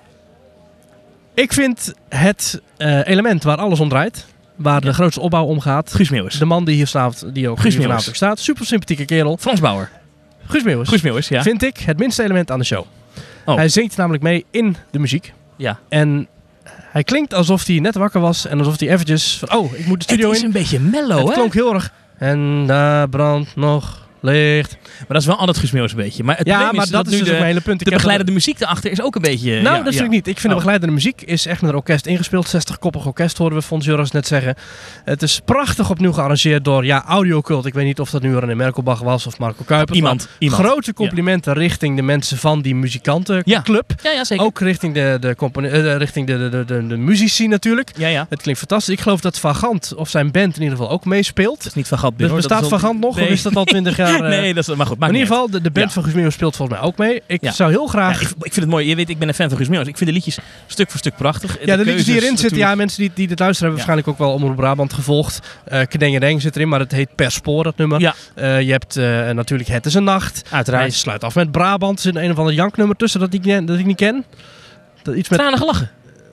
Ik vind het uh, element waar alles om draait, waar Ja. de grootste opbouw om gaat, Guus Meeuwis. de man die hier staat, die ook Guus hier vanavond Meeuwis. ook staat, super sympathieke kerel, Frans Bauer. Guus Meeuwis. Guus Meeuwis, ja. Vind ik het minste element aan de show. Oh. Hij zingt namelijk mee in de muziek. Ja. En hij klinkt alsof hij net wakker was en alsof hij eventjes van, oh, ik moet de studio Het is in. een beetje mellow, Het hè? klonk heel erg. En daar brandt nog licht. Maar dat is wel altijd Guus Meeuwis een beetje. Maar het Ja, probleem maar is dat, dat is nu dus de, ook mijn hele punt. Ik de heb begeleidende muziek erachter is ook een beetje... dat- Nou, ja, dat ja. vind ik niet. Ik vind de Oh. begeleidende muziek is echt met een orkest ingespeeld. zestig-koppig orkest hoorden we Fons Joris net zeggen. Het is prachtig opnieuw gearrangeerd door ja, Audiocult. Ik weet niet of dat nu René Merkelbach was of Marco Kuipers. Iemand. maar iemand. Grote complimenten richting de mensen van die muzikantenclub. Ja, ja, zeker. Ook richting de, de, compone- eh, richting de, de, de, de, de muzici natuurlijk. Ja, ja. Het klinkt fantastisch. Ik geloof dat Van Gant of zijn band in ieder geval ook meespeelt. Dat is niet van Gat Dus bestaat Van Gant nog? Nee. Of is dat al twintig jaar? uh, Nee, dat is, maar goed, Maar maakt in ieder niet geval, de, de band Ja. van Guus Meeuwis speelt volgens mij ook mee. Ik Ja. zou heel uit. graag... Ja, ik, ik vind het mooi. Je weet, ik ben een fan van Guus Meeuwis. Ik vind de liedjes stuk voor stuk prachtig. Ja, de liedjes die erin zitten, ja, natuurlijk. mensen die, die dit luisteren hebben Ja. waarschijnlijk ook wel Omroep Brabant gevolgd. Uh, Kedeng zit erin, maar het heet Per Spoor, dat nummer. Ja. Uh, je hebt uh, natuurlijk Het is een Nacht. Hij Uiteraard. sluit af met Brabant. Er zit een of ander janknummer tussen dat ik, dat ik niet ken. Dat iets met... Tranen gelachen.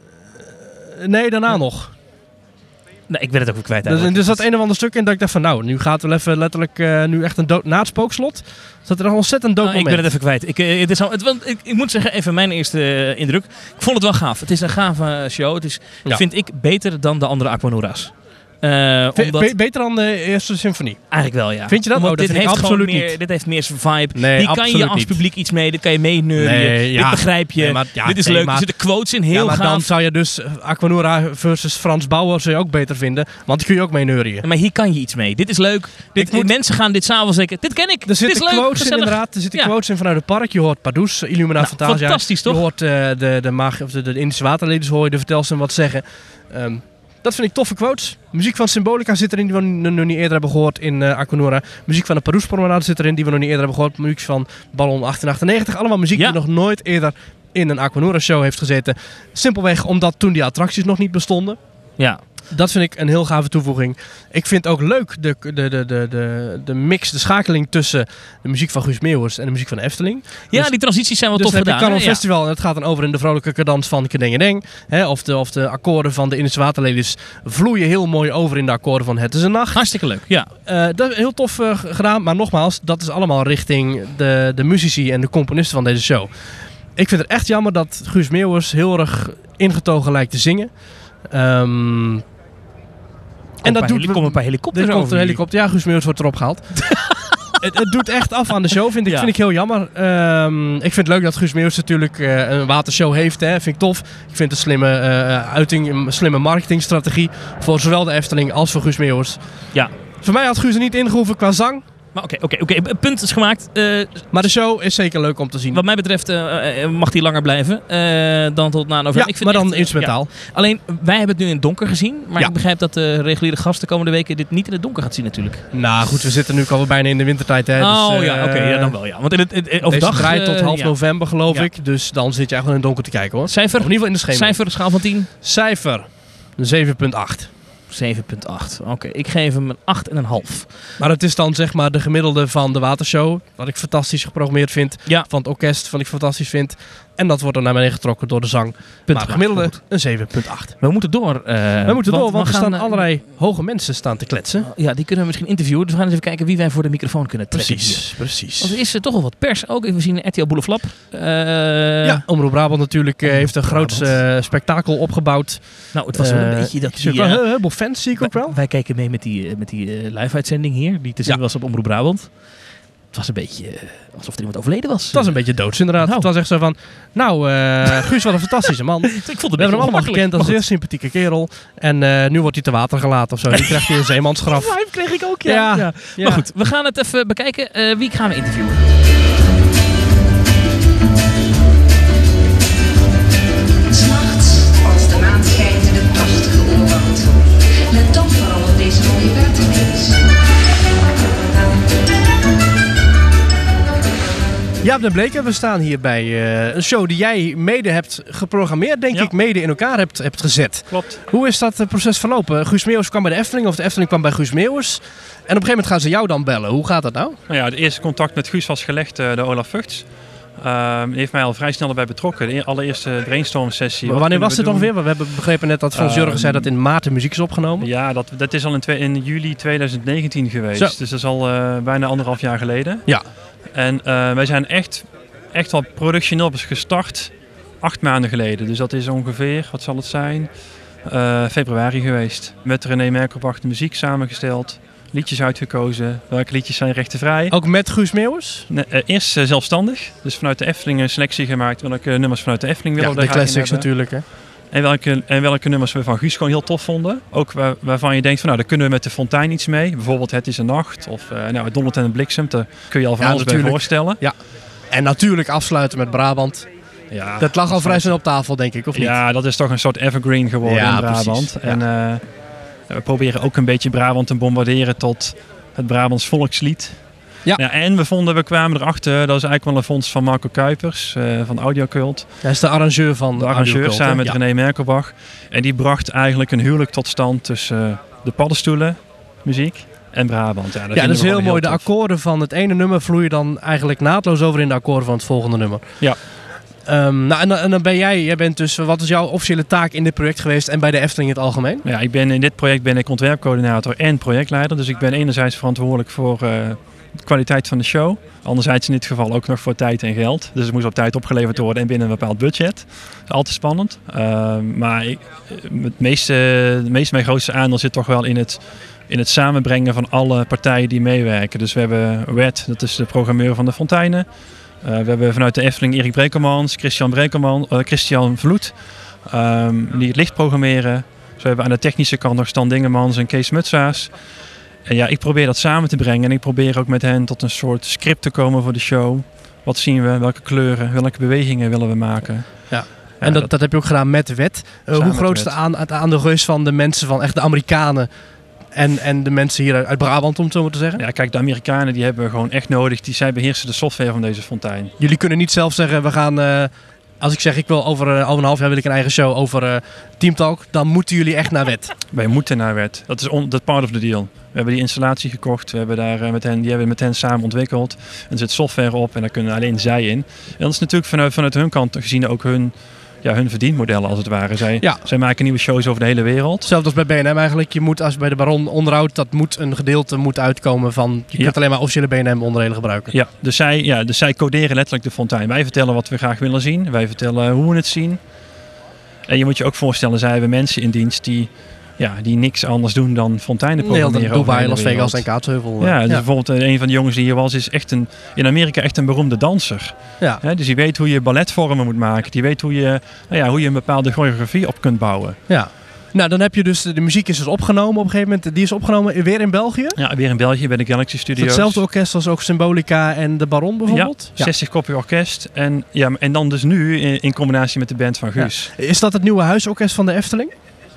Nee, daarna nog. Nee, ik ben het ook weer kwijt Dus, eigenlijk. dus dat een of ander stuk in dat ik dacht van nou, nu gaat het wel even letterlijk uh, nu echt een dood na het spookslot. Zat er een ontzettend dood Oh, ik moment. ben het even kwijt. Ik, uh, het is al, het, want ik, ik moet zeggen, even mijn eerste uh, indruk. Ik vond het wel gaaf. Het is een gave show. Het is, Ja. vind ik, beter dan de andere Aquanura's. Uh, Ve- omdat, be- beter dan de eerste symfonie. eigenlijk wel, ja. Vind je dat? Omdat Oh, dat dit, vind ik heeft absoluut gewoon meer, niet. dit heeft meer zijn vibe. Nee, Hier kan je absoluut als niet. publiek iets mee. Dit kan je meeneurien. Nee, ja. Dit begrijp je. Nee, maar- ja, dit is nee, leuk. maar- Er zitten quotes in. Heel ja, maar gaaf. dan zou je dus Aquanura versus Frans Bauer zou je ook beter vinden. Want die kun je ook mee neurien. Maar hier kan je iets mee. Dit is leuk. Dit, moet- Mensen gaan dit s'avonds zeggen. Dit ken ik. Er dit zitten is leuk. quotes in gezellig. inderdaad. Er zitten Ja. quotes in vanuit het park. Je hoort Pardoes, Illumina Nou, Fantasia. fantastisch, toch? Je hoort uh, de, de, maag, of de, de Indische waterlelies hoor je de vertelsen wat zeggen. Um, dat vind ik toffe quotes. Muziek van Symbolica zit erin die we nog nog niet eerder hebben gehoord in uh, Aquanura. Muziek van de Pardoes Promenade zit erin die we nog niet eerder hebben gehoord. Muziek van Ballon achttien achtennegentig. Allemaal muziek Ja. die nog nooit eerder in een Aquanura show heeft gezeten. Simpelweg omdat toen die attracties nog niet bestonden. Ja. Dat vind ik een heel gave toevoeging. Ik vind ook leuk de, de, de, de, de, de mix, de schakeling tussen de muziek van Guus Meeuwis en de muziek van de Efteling. Ja, Dus- die transities zijn wel Dus tof dan heb je gedaan. Canon hè? Ja. Festival en het gaat dan over in de vrolijke cadans van Kedeng hè, of, de, of de akkoorden van de Indische Waterlelies vloeien heel mooi over in de akkoorden van Het is een Nacht. Hartstikke leuk, ja. Uh, dat is heel tof uh, gedaan, maar nogmaals, dat is allemaal richting de, de muzici en de componisten van deze show. Ik vind het echt jammer dat Guus Meeuwis heel erg ingetogen lijkt te zingen. Um, En dat doet... Er komen een paar helikopters Er komt over een hier. helikopter. Ja, Guus Meeuwis wordt erop gehaald. het, het doet echt af aan de show, vind ik, Ja. vind ik heel jammer. Um, ik vind het leuk dat Guus Meeuwis natuurlijk uh, een watershow heeft. Hè. Vind ik tof. Ik vind het een slimme uh, uiting, een slimme marketingstrategie. Voor zowel de Efteling als voor Guus Meeuwis. Ja. Voor mij had Guus er niet ingehoeven qua zang. Maar oké, oké, oké. Punt is gemaakt. Uh, Maar de show is zeker leuk om te zien. wat mij betreft uh, uh, mag die langer blijven uh, dan tot na november. Ja, ik vind maar dan echt, uh, instrumentaal. ja. Alleen, wij hebben het nu in het donker gezien. Maar Ja. ik begrijp dat de reguliere gast de komende weken dit niet in het donker gaat zien natuurlijk. Nou goed, we zitten nu alweer bijna in de wintertijd. Hè, oh dus, uh, ja, oké. Okay, ja, dan wel ja. Want in het, het, het overdag... Deze draait tot uh, half ja. november geloof Ja. ik. Dus dan zit je echt wel in het donker te kijken hoor. Cijfer? Of in ieder geval in de schemering. Cijfer, schaal van tien? Cijfer. zeven komma acht. zeven komma acht. Oké, okay, ik geef hem een acht komma vijf. Maar het is dan zeg maar de gemiddelde van de watershow. Wat ik fantastisch geprogrammeerd vind. Ja. Van het orkest wat ik fantastisch vind. En dat wordt er naar beneden getrokken door de zang. Punt maar de gemiddelde goed. een zeven komma acht. We moeten door. Uh, We moeten door, want we er gaan, staan uh, allerlei hoge mensen staan te kletsen. Ja, die kunnen we misschien interviewen. Dus we gaan eens even kijken wie wij voor de microfoon kunnen trekken. Precies, hier. precies. Want er is uh, toch wel wat pers ook. We zien R T L Boulevlap. Uh, Ja, Omroep Brabant natuurlijk uh, heeft een groot uh, spektakel opgebouwd. Nou, het was wel een Uh, beetje dat... ik zie ook die, wel uh, een heleboel fans, zie ik ook wel. Wij, wij kijken mee met die, uh, met die uh, live-uitzending hier. Die te zien Ja. was op Omroep Brabant. Het was een beetje uh, alsof er iemand overleden was. Het was een beetje doods inderdaad. Nou. Het was echt zo van, nou uh, Guus wat een fantastische man. Ik vond het We hebben hem allemaal gekend als een zeer heel sympathieke kerel. En uh, nu wordt hij te water gelaten of zo. Nu krijgt hij een zeemansgraf. vibe kreeg ik ook, ja. Ja. ja. Ja. Maar goed, we gaan het even bekijken. Uh, wie gaan we interviewen? S'nachts, als de maan schijnt in het prachtige oerwoud. Let dan vooral op deze mooie buitenbeeld. Jaap den Bleken, we staan hier bij uh, een show die jij mede hebt geprogrammeerd, denk Ja. ik, mede in elkaar hebt, hebt gezet. Klopt. Hoe is dat uh, proces verlopen? Guus Meeuwis kwam bij de Efteling of de Efteling kwam bij Guus Meeuwis. En op een gegeven moment gaan ze jou dan bellen. Hoe gaat dat nou? Nou ja, het eerste contact met Guus was gelegd uh, door Olaf Vugts. Uh, die heeft mij al vrij snel erbij betrokken. De e- allereerste brainstorm sessie. Maar Wat wanneer kunnen was dit we doen? ongeveer? We hebben begrepen net dat Frans Um, Jurgen zei dat in maart de muziek is opgenomen. Ja, dat, dat is al in, twee, in juli tweeduizend negentien geweest. Zo. Dus dat is al uh, bijna anderhalf jaar geleden. Ja. En uh, wij zijn echt, echt al productioneel gestart acht maanden geleden. Dus dat is ongeveer, wat zal het zijn, uh, februari geweest. Met René Merkelbach de muziek samengesteld. Liedjes uitgekozen. Welke liedjes zijn rechtenvrij? Ook met Guus Meeuwis? Nee, uh, eerst uh, zelfstandig. Dus vanuit de Efteling een selectie gemaakt. Welke nummers vanuit de Efteling willen Ja, we de daar graag in classics hebben. natuurlijk. Hè? En welke, en welke nummers we van Guus gewoon heel tof vonden. Ook waar, waarvan je denkt van nou, daar kunnen we met de Fontein iets mee. Bijvoorbeeld Het is een nacht. Of uh, nou, Het dondert en het bliksem. Daar kun je al van Ja, alles bij natuurlijk. voorstellen. En natuurlijk afsluiten met Brabant. Ja, Dat lag al vrij snel op tafel, denk ik, of niet? ja, dat is toch een soort evergreen geworden Ja, in Brabant. precies. Ja. En uh, we proberen ook een beetje Brabant te bombarderen tot het Brabants volkslied. Ja. Ja, en we vonden, we kwamen erachter, dat is eigenlijk wel een fonds van Marco Kuipers uh, van Audiocult. Hij is de arrangeur van De arrangeur Audiocult, samen hè? met Ja. René Merkelbach. En die bracht eigenlijk een huwelijk tot stand tussen uh, de paddenstoelen, muziek, en Brabant. Ja, Ja, dat is heel mooi. De akkoorden van het ene nummer vloeien dan eigenlijk naadloos over in de akkoorden van het volgende nummer. Ja. Um, nou, en, dan- en dan ben jij, jij bent dus, wat is jouw officiële taak in dit project geweest en bij de Efteling in het algemeen? Ja, ik ben in dit project ben ik ontwerpcoördinator en projectleider. Dus ik ben enerzijds verantwoordelijk voor uh, de kwaliteit van de show. Anderzijds in dit geval ook nog voor tijd en geld. Dus het moest op tijd opgeleverd worden en binnen een bepaald budget. Dat is altijd spannend. Uh, maar ik, het meeste, het meeste mijn grootste aandeel zit toch wel in het, in het samenbrengen van alle partijen die meewerken. Dus we hebben Wet, dat is de programmeur van de Fonteinen. Uh, we hebben vanuit de Efteling Erik Brekelmans, Christian, Brekelman, uh, Christian Vloed, um, die het licht programmeren. Zo hebben we aan de technische kant nog Stan Dingemans en Kees Mutsaars. En ja, ik probeer dat samen te brengen en ik probeer ook met hen tot een soort script te komen voor de show. Wat zien we, welke kleuren, welke bewegingen willen we maken. Ja. En dat, dat heb je ook gedaan met Wet. Uh, hoe met groot is de Wet. aan, het aandeel is van de mensen, van echt de Amerikanen en, en de mensen hier uit, uit Brabant, om het zo maar te zeggen? Ja, kijk, de Amerikanen die hebben we gewoon echt nodig. Die, zij beheersen de software van deze fontein. Jullie kunnen niet zelf zeggen, we gaan, uh, als ik zeg ik wil over, uh, over een half jaar wil ik een eigen show over uh, Teamtalk, dan moeten jullie echt naar Wet. Wij moeten naar Wet. Dat is on, dat part of the deal. We hebben die installatie gekocht. We hebben daar uh, met hen, die hebben we met hen samen ontwikkeld. Er zit software op en daar kunnen alleen zij in. En dat is natuurlijk vanuit, vanuit hun kant gezien ook hun, ja, hun verdienmodellen als het ware. Zij, Ja. zij maken nieuwe shows over de hele wereld. Hetzelfde als bij B en M eigenlijk. Je moet als bij de Baron onderhoud, dat moet een gedeelte moet uitkomen van, je Ja. kunt alleen maar officiële B en M onderdelen gebruiken. Ja, dus zij, ja, dus zij coderen letterlijk de fontein. Wij vertellen wat we graag willen zien. Wij vertellen hoe we het zien. En je moet je ook voorstellen, zij hebben mensen in dienst die ja, die niks anders doen dan fonteinen Nee, programmeren. Dubai, over de hele Las Vegas wereld. en Kaatsheuvel. Ja, dus ja. bijvoorbeeld eh, een van de jongens die hier was, is echt een, in Amerika echt een beroemde danser. Ja. Hè, dus die weet hoe je balletvormen moet maken. Die weet hoe je, nou ja, hoe je een bepaalde choreografie op kunt bouwen. ja. Nou, dan heb je dus, de muziek is dus opgenomen op een gegeven moment. Die is opgenomen weer in België. Ja, weer in België bij de Galaxy Studios. Hetzelfde orkest als ook Symbolica en de Baron bijvoorbeeld. Ja, zestig-koppig orkest. En, ja, en dan dus nu in, in combinatie met de band van Guus. Ja. Is dat het nieuwe huisorkest van de Efteling?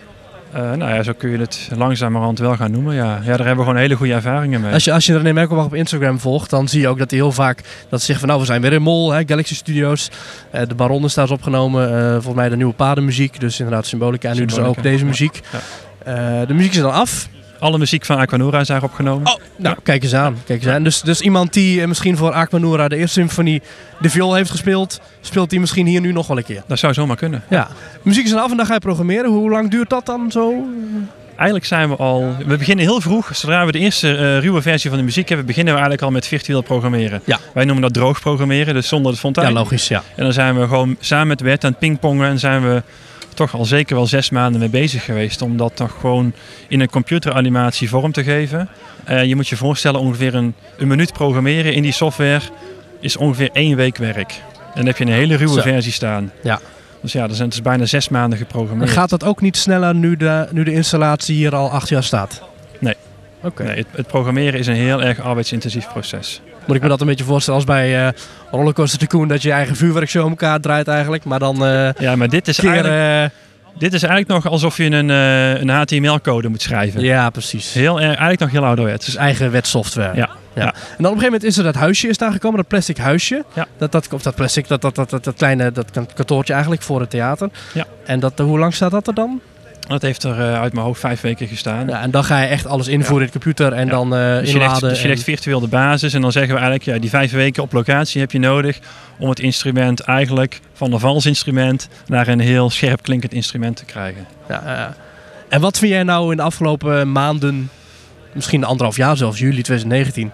Uh, nou ja, zo kun je het langzamerhand wel gaan noemen. Ja, ja daar hebben we gewoon hele goede ervaringen mee. Als je, als je René Merkelbach op Instagram volgt, dan zie je ook dat hij heel vaak dat ze zeggen van nou, we zijn weer in Mol, hè, Galaxy Studios. Uh, de Baron is daar is opgenomen. Uh, volgens mij de nieuwe padenmuziek, dus inderdaad Symbolica. En nu dus ook deze muziek. Ja. Uh, de muziek is dan af. Alle muziek van Aquanura is daar opgenomen. Oh, nou, kijk eens aan. Kijk eens aan. Dus, dus iemand die uh, misschien voor Aquanura de eerste symfonie de viool heeft gespeeld, speelt die misschien hier nu nog wel een keer. Dat zou zomaar kunnen. Ja. Muziek is dan af en dan ga je programmeren. Hoe lang duurt dat dan zo? Eigenlijk zijn we al... We beginnen heel vroeg. Zodra we de eerste uh, ruwe versie van de muziek hebben, beginnen we eigenlijk al met virtueel programmeren. Ja. Wij noemen dat droog programmeren, dus zonder de fontein. Ja, logisch, ja. En dan zijn we gewoon samen met Wet aan het pingpongen en zijn we toch al zeker wel zes maanden mee bezig geweest om dat toch gewoon in een computeranimatie vorm te geven. Uh, je moet je voorstellen, ongeveer een, een minuut programmeren in die software is ongeveer één week werk. En dan heb je een hele ruwe Zo. versie staan. Ja. Dus ja, dat zijn dus bijna zes maanden geprogrammeerd. En gaat dat ook niet sneller nu de, nu de installatie hier al acht jaar staat? Nee. Oké. Okay. Nee, het, het programmeren is een heel erg arbeidsintensief proces. Moet ik me dat een beetje voorstellen als bij uh, Rollercoaster Tycoon, dat je je eigen vuurwerkshow in elkaar draait eigenlijk, maar dan uh, ja, maar dit is keer, eigenlijk... Uh, Dit is eigenlijk nog alsof je een, uh, een H T M L-code moet schrijven. Ja, precies. Heel, uh, eigenlijk nog heel ouderwets. Dus eigen wetsoftware. Ja. Ja. Ja. En dan op een gegeven moment is er dat huisje is daar gekomen, dat plastic huisje. Ja. Dat, dat, of dat plastic, dat, dat, dat, dat, dat kleine dat kantoortje eigenlijk voor het theater. Ja. En dat, hoe lang staat dat er dan? Dat heeft er uh, uit mijn hoofd vijf weken gestaan. Ja, en dan ga je echt alles invoeren ja. in de computer en ja. dan uh, dus je inladen. legt, dus je legt virtueel de basis en dan zeggen we eigenlijk, ja, die vijf weken op locatie heb je nodig om het instrument eigenlijk van een vals instrument naar een heel scherp klinkend instrument te krijgen. Ja, uh, en wat vind jij nou in de afgelopen maanden, misschien anderhalf jaar zelfs, juli twintig negentien,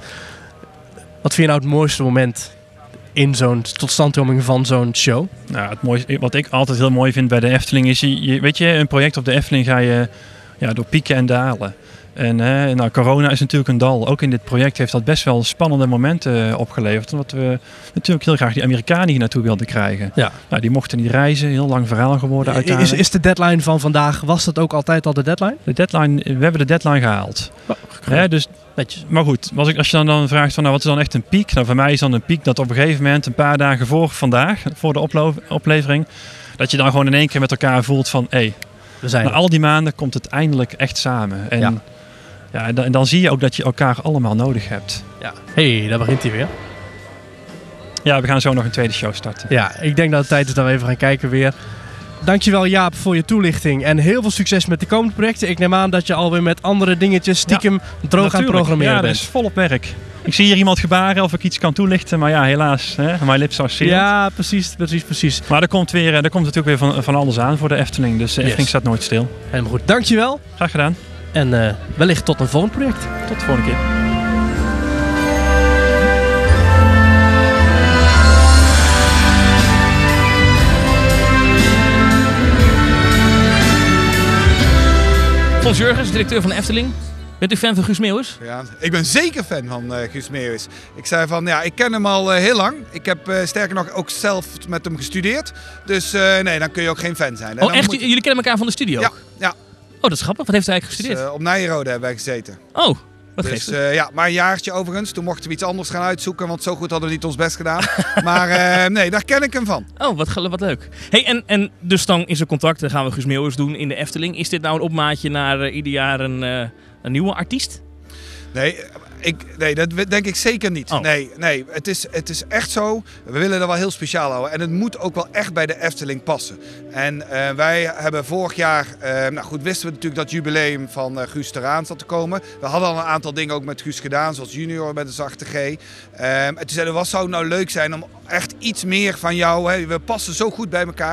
wat vind je nou het mooiste moment in zo'n totstandkoming van zo'n show? Nou, het mooiste, wat ik altijd heel mooi vind bij de Efteling is, je, weet je, een project op de Efteling ga je ja, door pieken en dalen. En hè, nou, corona is natuurlijk een dal. Ook in dit project heeft dat best wel spannende momenten opgeleverd. Omdat we natuurlijk heel graag die Amerikanen hier naartoe wilden krijgen. Ja. Nou, die mochten niet reizen. Heel lang verhaal geworden uiteindelijk. Is, is de deadline van vandaag, was dat ook altijd al de deadline? De deadline, we hebben de deadline gehaald. Oh, hè, dus, netjes. Maar goed, als, ik, als je dan, dan vraagt van nou, wat is dan echt een piek? Nou, voor mij is dan een piek dat op een gegeven moment, een paar dagen voor vandaag, voor de oplo- oplevering, dat je dan gewoon in één keer met elkaar voelt van hé, hey, na al die maanden komt het eindelijk echt samen. En, ja. Ja, en dan, en dan zie je ook dat je elkaar allemaal nodig hebt. Ja. Hé, hey, daar begint hij weer. Ja, we gaan zo nog een tweede show starten. Ja, ik denk dat het tijd is dat we even gaan kijken weer. Dankjewel Jaap voor je toelichting en heel veel succes met de komende projecten. Ik neem aan dat je alweer met andere dingetjes stiekem ja, droog aan het programmeren ja, bent. Ja, dat is volop werk. Ik zie hier iemand gebaren of ik iets kan toelichten, maar ja, helaas. Hè, my lips are sealed. Ja, precies, precies, precies. Maar er komt, weer, er komt natuurlijk weer van, van alles aan voor de Efteling, dus de Efteling yes. staat nooit stil. Helemaal goed, dankjewel. Graag gedaan. En uh, wellicht tot een volgend project. Tot de volgende keer. Fons Jurgens, directeur van de Efteling. Bent u fan van Guus Meeuwis? Ja, ik ben zeker fan van uh, Guus Meeuwis. Ik zei van, ja, ik ken hem al uh, heel lang. Ik heb uh, sterker nog ook zelf met hem gestudeerd. Dus uh, nee, dan kun je ook geen fan zijn. En oh, echt? Moet... Jullie kennen elkaar van de studio? Ja, ja. Oh, dat is grappig. Wat heeft hij eigenlijk gestudeerd? Dus, uh, op Nijenrode hebben wij gezeten. Oh, wat dus, geeft het? Uh, ja, maar een jaartje overigens. Toen mochten we iets anders gaan uitzoeken, want zo goed hadden we niet ons best gedaan. maar uh, nee, daar ken ik hem van. Oh, wat, wat leuk. Hey, en, en dus dan is er contact, dan gaan we Guus Meeuwis doen in de Efteling. Is dit nou een opmaatje naar uh, ieder jaar een, uh, een nieuwe artiest? Nee, ik, nee, dat denk ik zeker niet. Oh. Nee, nee het, is, het is echt zo. We willen er wel heel speciaal houden. En het moet ook wel echt bij de Efteling passen. En uh, wij hebben vorig jaar, uh, nou goed, wisten we natuurlijk dat jubileum van uh, Guus eraan zat te komen. We hadden al een aantal dingen ook met Guus gedaan, zoals junior met een zachte G. Um, en toen zeiden we, wat zou het nou leuk zijn om echt iets meer van jou, hè? We passen zo goed bij elkaar.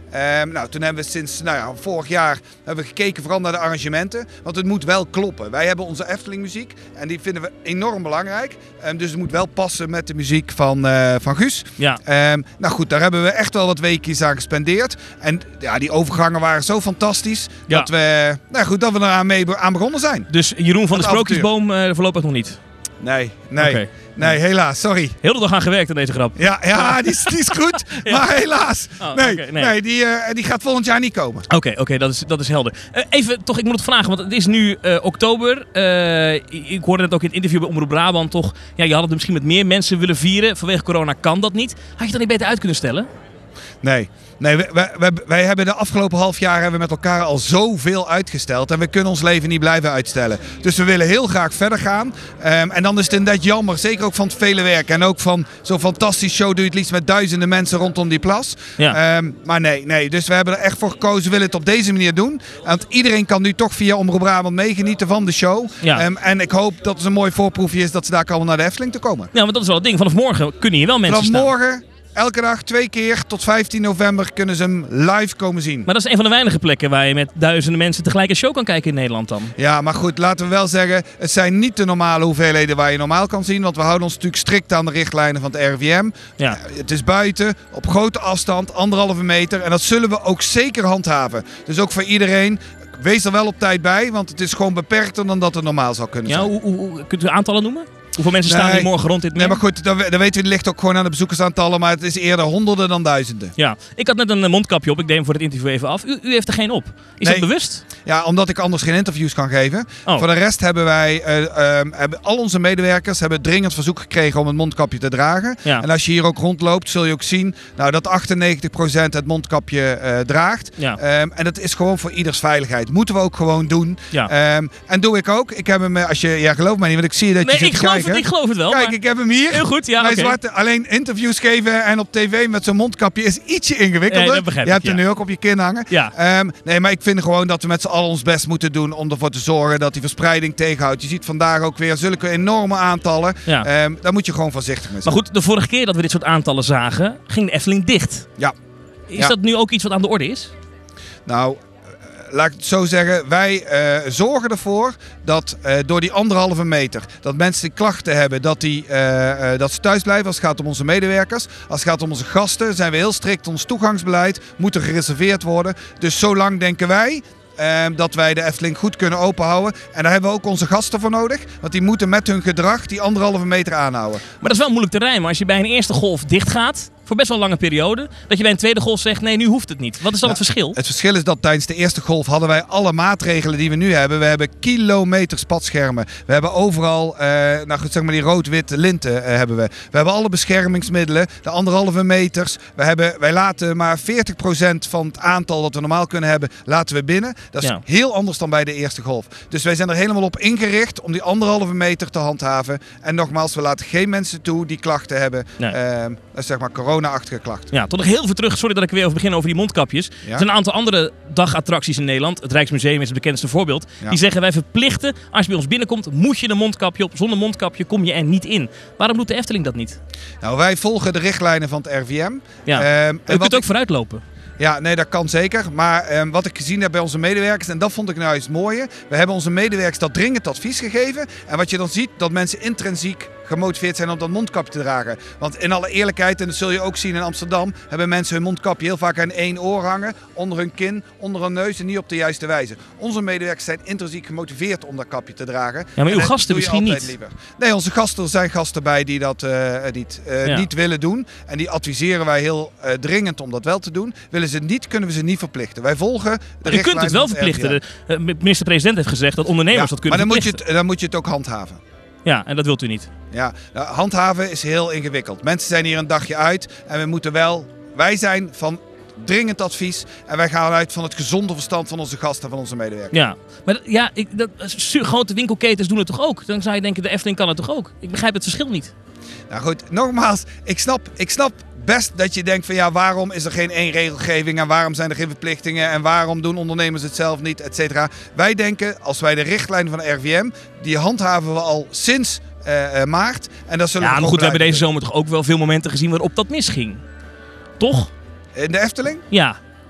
Um, nou, toen hebben we sinds nou ja, vorig jaar hebben we gekeken vooral naar de arrangementen. Want het moet wel kloppen. Wij hebben onze Efteling muziek en die vinden we enorm belangrijk. Um, dus het moet wel passen met de muziek van, uh, van Guus. Ja. Um, nou goed, daar hebben we echt wel wat weekjes aan gespendeerd. En ja, die overgangen waren zo fantastisch Ja. dat, we, nou goed, dat we eraan mee aan begonnen zijn. Dus Jeroen van de Wat avontuur. Sprookjesboom uh, voorlopig nog niet. Nee, nee, Oké. nee, helaas, sorry. Heel de dag aan gewerkt aan deze grap. Ja, ja die, is, die is goed, Ja. maar helaas. Oh, nee, oké, nee. nee. die, uh, die gaat volgend jaar niet komen. Oké, okay, okay, dat, is, dat is helder. Uh, even toch, ik moet het vragen, want het is nu uh, oktober. Uh, ik hoorde het ook in het interview bij Omroep Brabant toch. Ja, je had het misschien met meer mensen willen vieren. Vanwege corona kan dat niet. Had je het dan niet beter uit kunnen stellen? Nee, nee wij, wij, wij, wij hebben de afgelopen half jaar hebben we met elkaar al zoveel uitgesteld. En we kunnen ons leven niet blijven uitstellen. Dus we willen heel graag verder gaan. Um, en dan is het inderdaad jammer, zeker ook van het vele werk. En ook van zo'n fantastisch show doe je het liefst met duizenden mensen rondom die plas. Ja. Um, maar nee, nee, dus we hebben er echt voor gekozen, we willen het op deze manier doen. Want iedereen kan nu toch via Omroep Brabant meegenieten van de show. Ja. Um, en ik hoop dat het een mooi voorproefje is dat ze daar allemaal naar de Efteling te komen. Ja, want dat is wel het ding. Vanaf morgen kunnen hier wel mensen Vanaf staan. morgen... Elke dag twee keer tot vijftien november kunnen ze hem live komen zien. Maar dat is een van de weinige plekken waar je met duizenden mensen tegelijk een show kan kijken in Nederland dan. Ja, maar goed, laten we wel zeggen, het zijn niet de normale hoeveelheden waar je normaal kan zien. Want we houden ons natuurlijk strikt aan de richtlijnen van het R I V M. Ja. Het is buiten, op grote afstand, anderhalve meter. En dat zullen we ook zeker handhaven. Dus ook voor iedereen, wees er wel op tijd bij. Want het is gewoon beperkter dan dat het normaal zou kunnen Ja, zijn. hoe, hoe, hoe- kunt u aantallen noemen? Hoeveel mensen staan Nee. hier morgen rond dit meer? Nee, maar goed, dat, we- dat weten we, het ligt ook gewoon aan de bezoekersaantallen. Maar het is eerder honderden dan duizenden. Ja, ik had net een eh, mondkapje op. Ik deed hem voor het interview even af. U, u heeft er geen op. Is Nee. dat bewust? Ja, omdat ik anders geen interviews kan geven. Oh. Voor de rest hebben wij, uh, um, hebben al onze medewerkers hebben dringend verzoek gekregen om het mondkapje te dragen. Ja. En als je hier ook rondloopt, zul je ook zien nou, dat achtennegentig procent het mondkapje uh, draagt. Ja. Um, en dat is gewoon voor ieders veiligheid. Moeten we ook gewoon doen. Ja. Um, en doe ik ook. Ik heb hem, uh, als je, ja, geloof mij niet, want ik zie dat je Nee, zit ik te geloof, kijken. het, ik geloof het wel. Kijk, maar- ik heb hem hier. Heel goed, ja, Mijn oké. zwarte, alleen interviews geven en op tv met zo'n mondkapje is ietsje ingewikkelder. Nee, dat begrijp je ik, hebt er ja. nu ook op je kin hangen. Ja. Um, nee, maar ik vind gewoon dat we met z'n allen ons best moeten doen om ervoor te zorgen dat die verspreiding tegenhoudt. Je ziet vandaag ook weer zulke enorme aantallen. Ja. Um, daar moet je gewoon voorzichtig mee zijn. Maar goed, de vorige keer dat we dit soort aantallen zagen, ging de Efteling dicht. Ja. Is Ja. dat nu ook iets wat aan de orde is? Nou, eh, laat ik het zo zeggen. Wij eh, zorgen ervoor dat eh, door die anderhalve meter, dat mensen die klachten hebben, dat, die, eh, eh, dat ze thuis blijven als het gaat om onze medewerkers. Als het gaat om onze gasten, zijn we heel strikt. Ons toegangsbeleid moet er gereserveerd worden. Dus zolang denken wij eh, dat wij de Efteling goed kunnen openhouden. En daar hebben we ook onze gasten voor nodig. Want die moeten met hun gedrag die anderhalve meter aanhouden. Maar dat is wel moeilijk te rijmen. Als je bij een eerste golf dicht gaat, voor best wel een lange periode, dat je bij een tweede golf zegt, nee, nu hoeft het niet. Wat is dan Ja, het verschil? Het verschil is dat tijdens de eerste golf hadden wij alle maatregelen die we nu hebben. We hebben kilometers spatschermen. We hebben overal, eh, nou goed, zeg maar die rood-witte linten eh, hebben we. We hebben alle beschermingsmiddelen, de anderhalve meters. We hebben, wij laten maar veertig procent van het aantal dat we normaal kunnen hebben, laten we binnen. Dat is Ja. heel anders dan bij de eerste golf. Dus wij zijn er helemaal op ingericht om die anderhalve meter te handhaven. En nogmaals, we laten geen mensen toe die klachten hebben. Nee. Eh, dat is zeg maar corona-achtige klachten. Ja, tot nog heel veel terug. Sorry dat ik weer over begin over die mondkapjes. Ja. Er zijn een aantal andere dagattracties in Nederland. Het Rijksmuseum is het bekendste voorbeeld. Ja. Die zeggen wij verplichten, als je bij ons binnenkomt, moet je een mondkapje op. Zonder mondkapje kom je er niet in. Waarom doet de Efteling dat niet? Nou, wij volgen de richtlijnen van het R I V M. Ja. Ehm, en U wat kunt ook ik- vooruitlopen. Ja, nee, dat kan zeker. Maar ehm, wat ik gezien heb bij onze medewerkers, en dat vond ik nou eens het mooie. We hebben onze medewerkers dat dringend advies gegeven. En wat je dan ziet, dat mensen intrinsiek gemotiveerd zijn om dat mondkapje te dragen. Want in alle eerlijkheid, en dat zul je ook zien in Amsterdam, hebben mensen hun mondkapje heel vaak aan één oor hangen, onder hun kin, onder hun neus en niet op de juiste wijze. Onze medewerkers zijn intrinsiek gemotiveerd om dat kapje te dragen. maar uw En dat gasten doe je misschien altijd niet. liever. Nee, onze gasten, er zijn gasten bij die dat eh, niet, eh, Ja. niet willen doen. En die adviseren wij heel eh, dringend om dat wel te doen. Willen ze het niet, kunnen we ze niet verplichten. Wij volgen de Maar u kunt het wel verplichten. De eh, minister-president heeft gezegd dat ondernemers dat kunnen maar dan moet, je verplichten. het, dan moet je het ook handhaven. Ja, en dat wilt u niet. Ja, nou, handhaven is heel ingewikkeld. Mensen zijn hier een dagje uit en we moeten wel... Wij zijn van dringend advies en wij gaan uit van het gezonde verstand van onze gasten en van onze medewerkers. Ja, maar dat- ja, ik, dat, su- grote winkelketens doen het toch ook? Dan zou je denken, de Efteling kan het toch ook? Ik begrijp het verschil niet. Nou goed, nogmaals, ik snap, ik snap best dat je denkt van ja, waarom is er geen één regelgeving en waarom zijn er geen verplichtingen en waarom doen ondernemers het zelf niet, et cetera. Wij denken, als wij de richtlijnen van de R I V M, die handhaven we al sinds uh, uh, maart. En dat zullen Ja, we maar gewoon goed, we hebben deze blijven zomer toch ook wel veel momenten gezien waarop dat misging. Toch? doen. In de Efteling? Ja.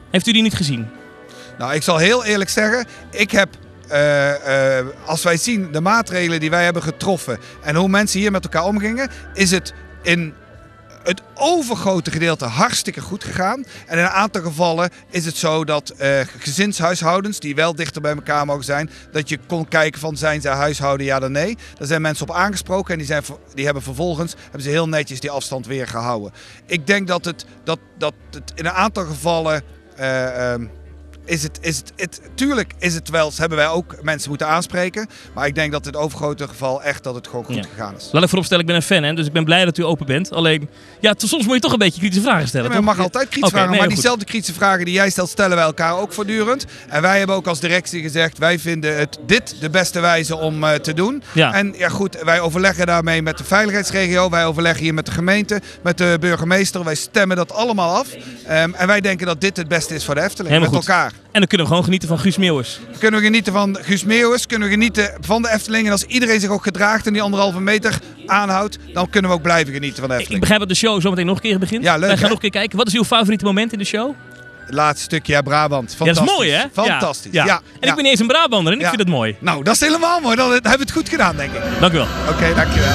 Heeft u die niet gezien? Nou, ik zal heel eerlijk zeggen, ik heb, uh, uh, als wij zien de maatregelen die wij hebben getroffen en hoe mensen hier met elkaar omgingen, is het in het overgrote gedeelte hartstikke goed gegaan. En in een aantal gevallen is het zo dat uh, gezinshuishoudens, die wel dichter bij elkaar mogen zijn, dat je kon kijken van zijn zij huishouden ja dan nee. Daar zijn mensen op aangesproken en die, zijn, die hebben vervolgens hebben ze heel netjes die afstand weer gehouden. Ik denk dat het, dat, dat het in een aantal gevallen... Uh, um, Is het, is het, het, tuurlijk is het wel, hebben wij ook mensen moeten aanspreken. Maar ik denk dat in het overgrote geval echt dat het gewoon goed Ja. gegaan is. Laat ik vooropstellen, ik ben een fan, hè, dus ik ben blij dat u open bent. Alleen, ja, t- soms moet je toch een beetje kritische vragen stellen. Ja, maar je toch? mag altijd kritische Oké, vragen, nee, maar heel diezelfde kritische vragen die jij stelt, stellen wij elkaar ook voortdurend. En wij hebben ook als directie gezegd, wij vinden het dit de beste wijze om uh, te doen. Ja. En ja goed, wij overleggen daarmee met de veiligheidsregio, wij overleggen hier met de gemeente, met de burgemeester. Wij stemmen dat allemaal af. Um, en wij denken dat dit het beste is voor de Efteling, Helemaal met goed. elkaar. En dan kunnen we gewoon genieten van Guus Meeuwis. Kunnen we genieten van Guus Meeuwis, kunnen we genieten van de Efteling. En als iedereen zich ook gedraagt en die anderhalve meter aanhoudt, dan kunnen we ook blijven genieten van de Ik Efteling. begrijp dat de show zometeen nog een keer begint. Ja, leuk, Wij gaan hè? nog een keer kijken. Wat is uw favoriete moment in de show? Het laatste stukje, ja, Brabant. Ja, dat Fantastisch. is mooi, hè? Fantastisch. Ja. Ja. ja. En ja. ik ben niet eens een Brabander en ik Ja. vind het mooi. Nou, dat is helemaal mooi. Dan hebben we het goed gedaan, denk ik. Dank u wel. Oké, okay, dankjewel.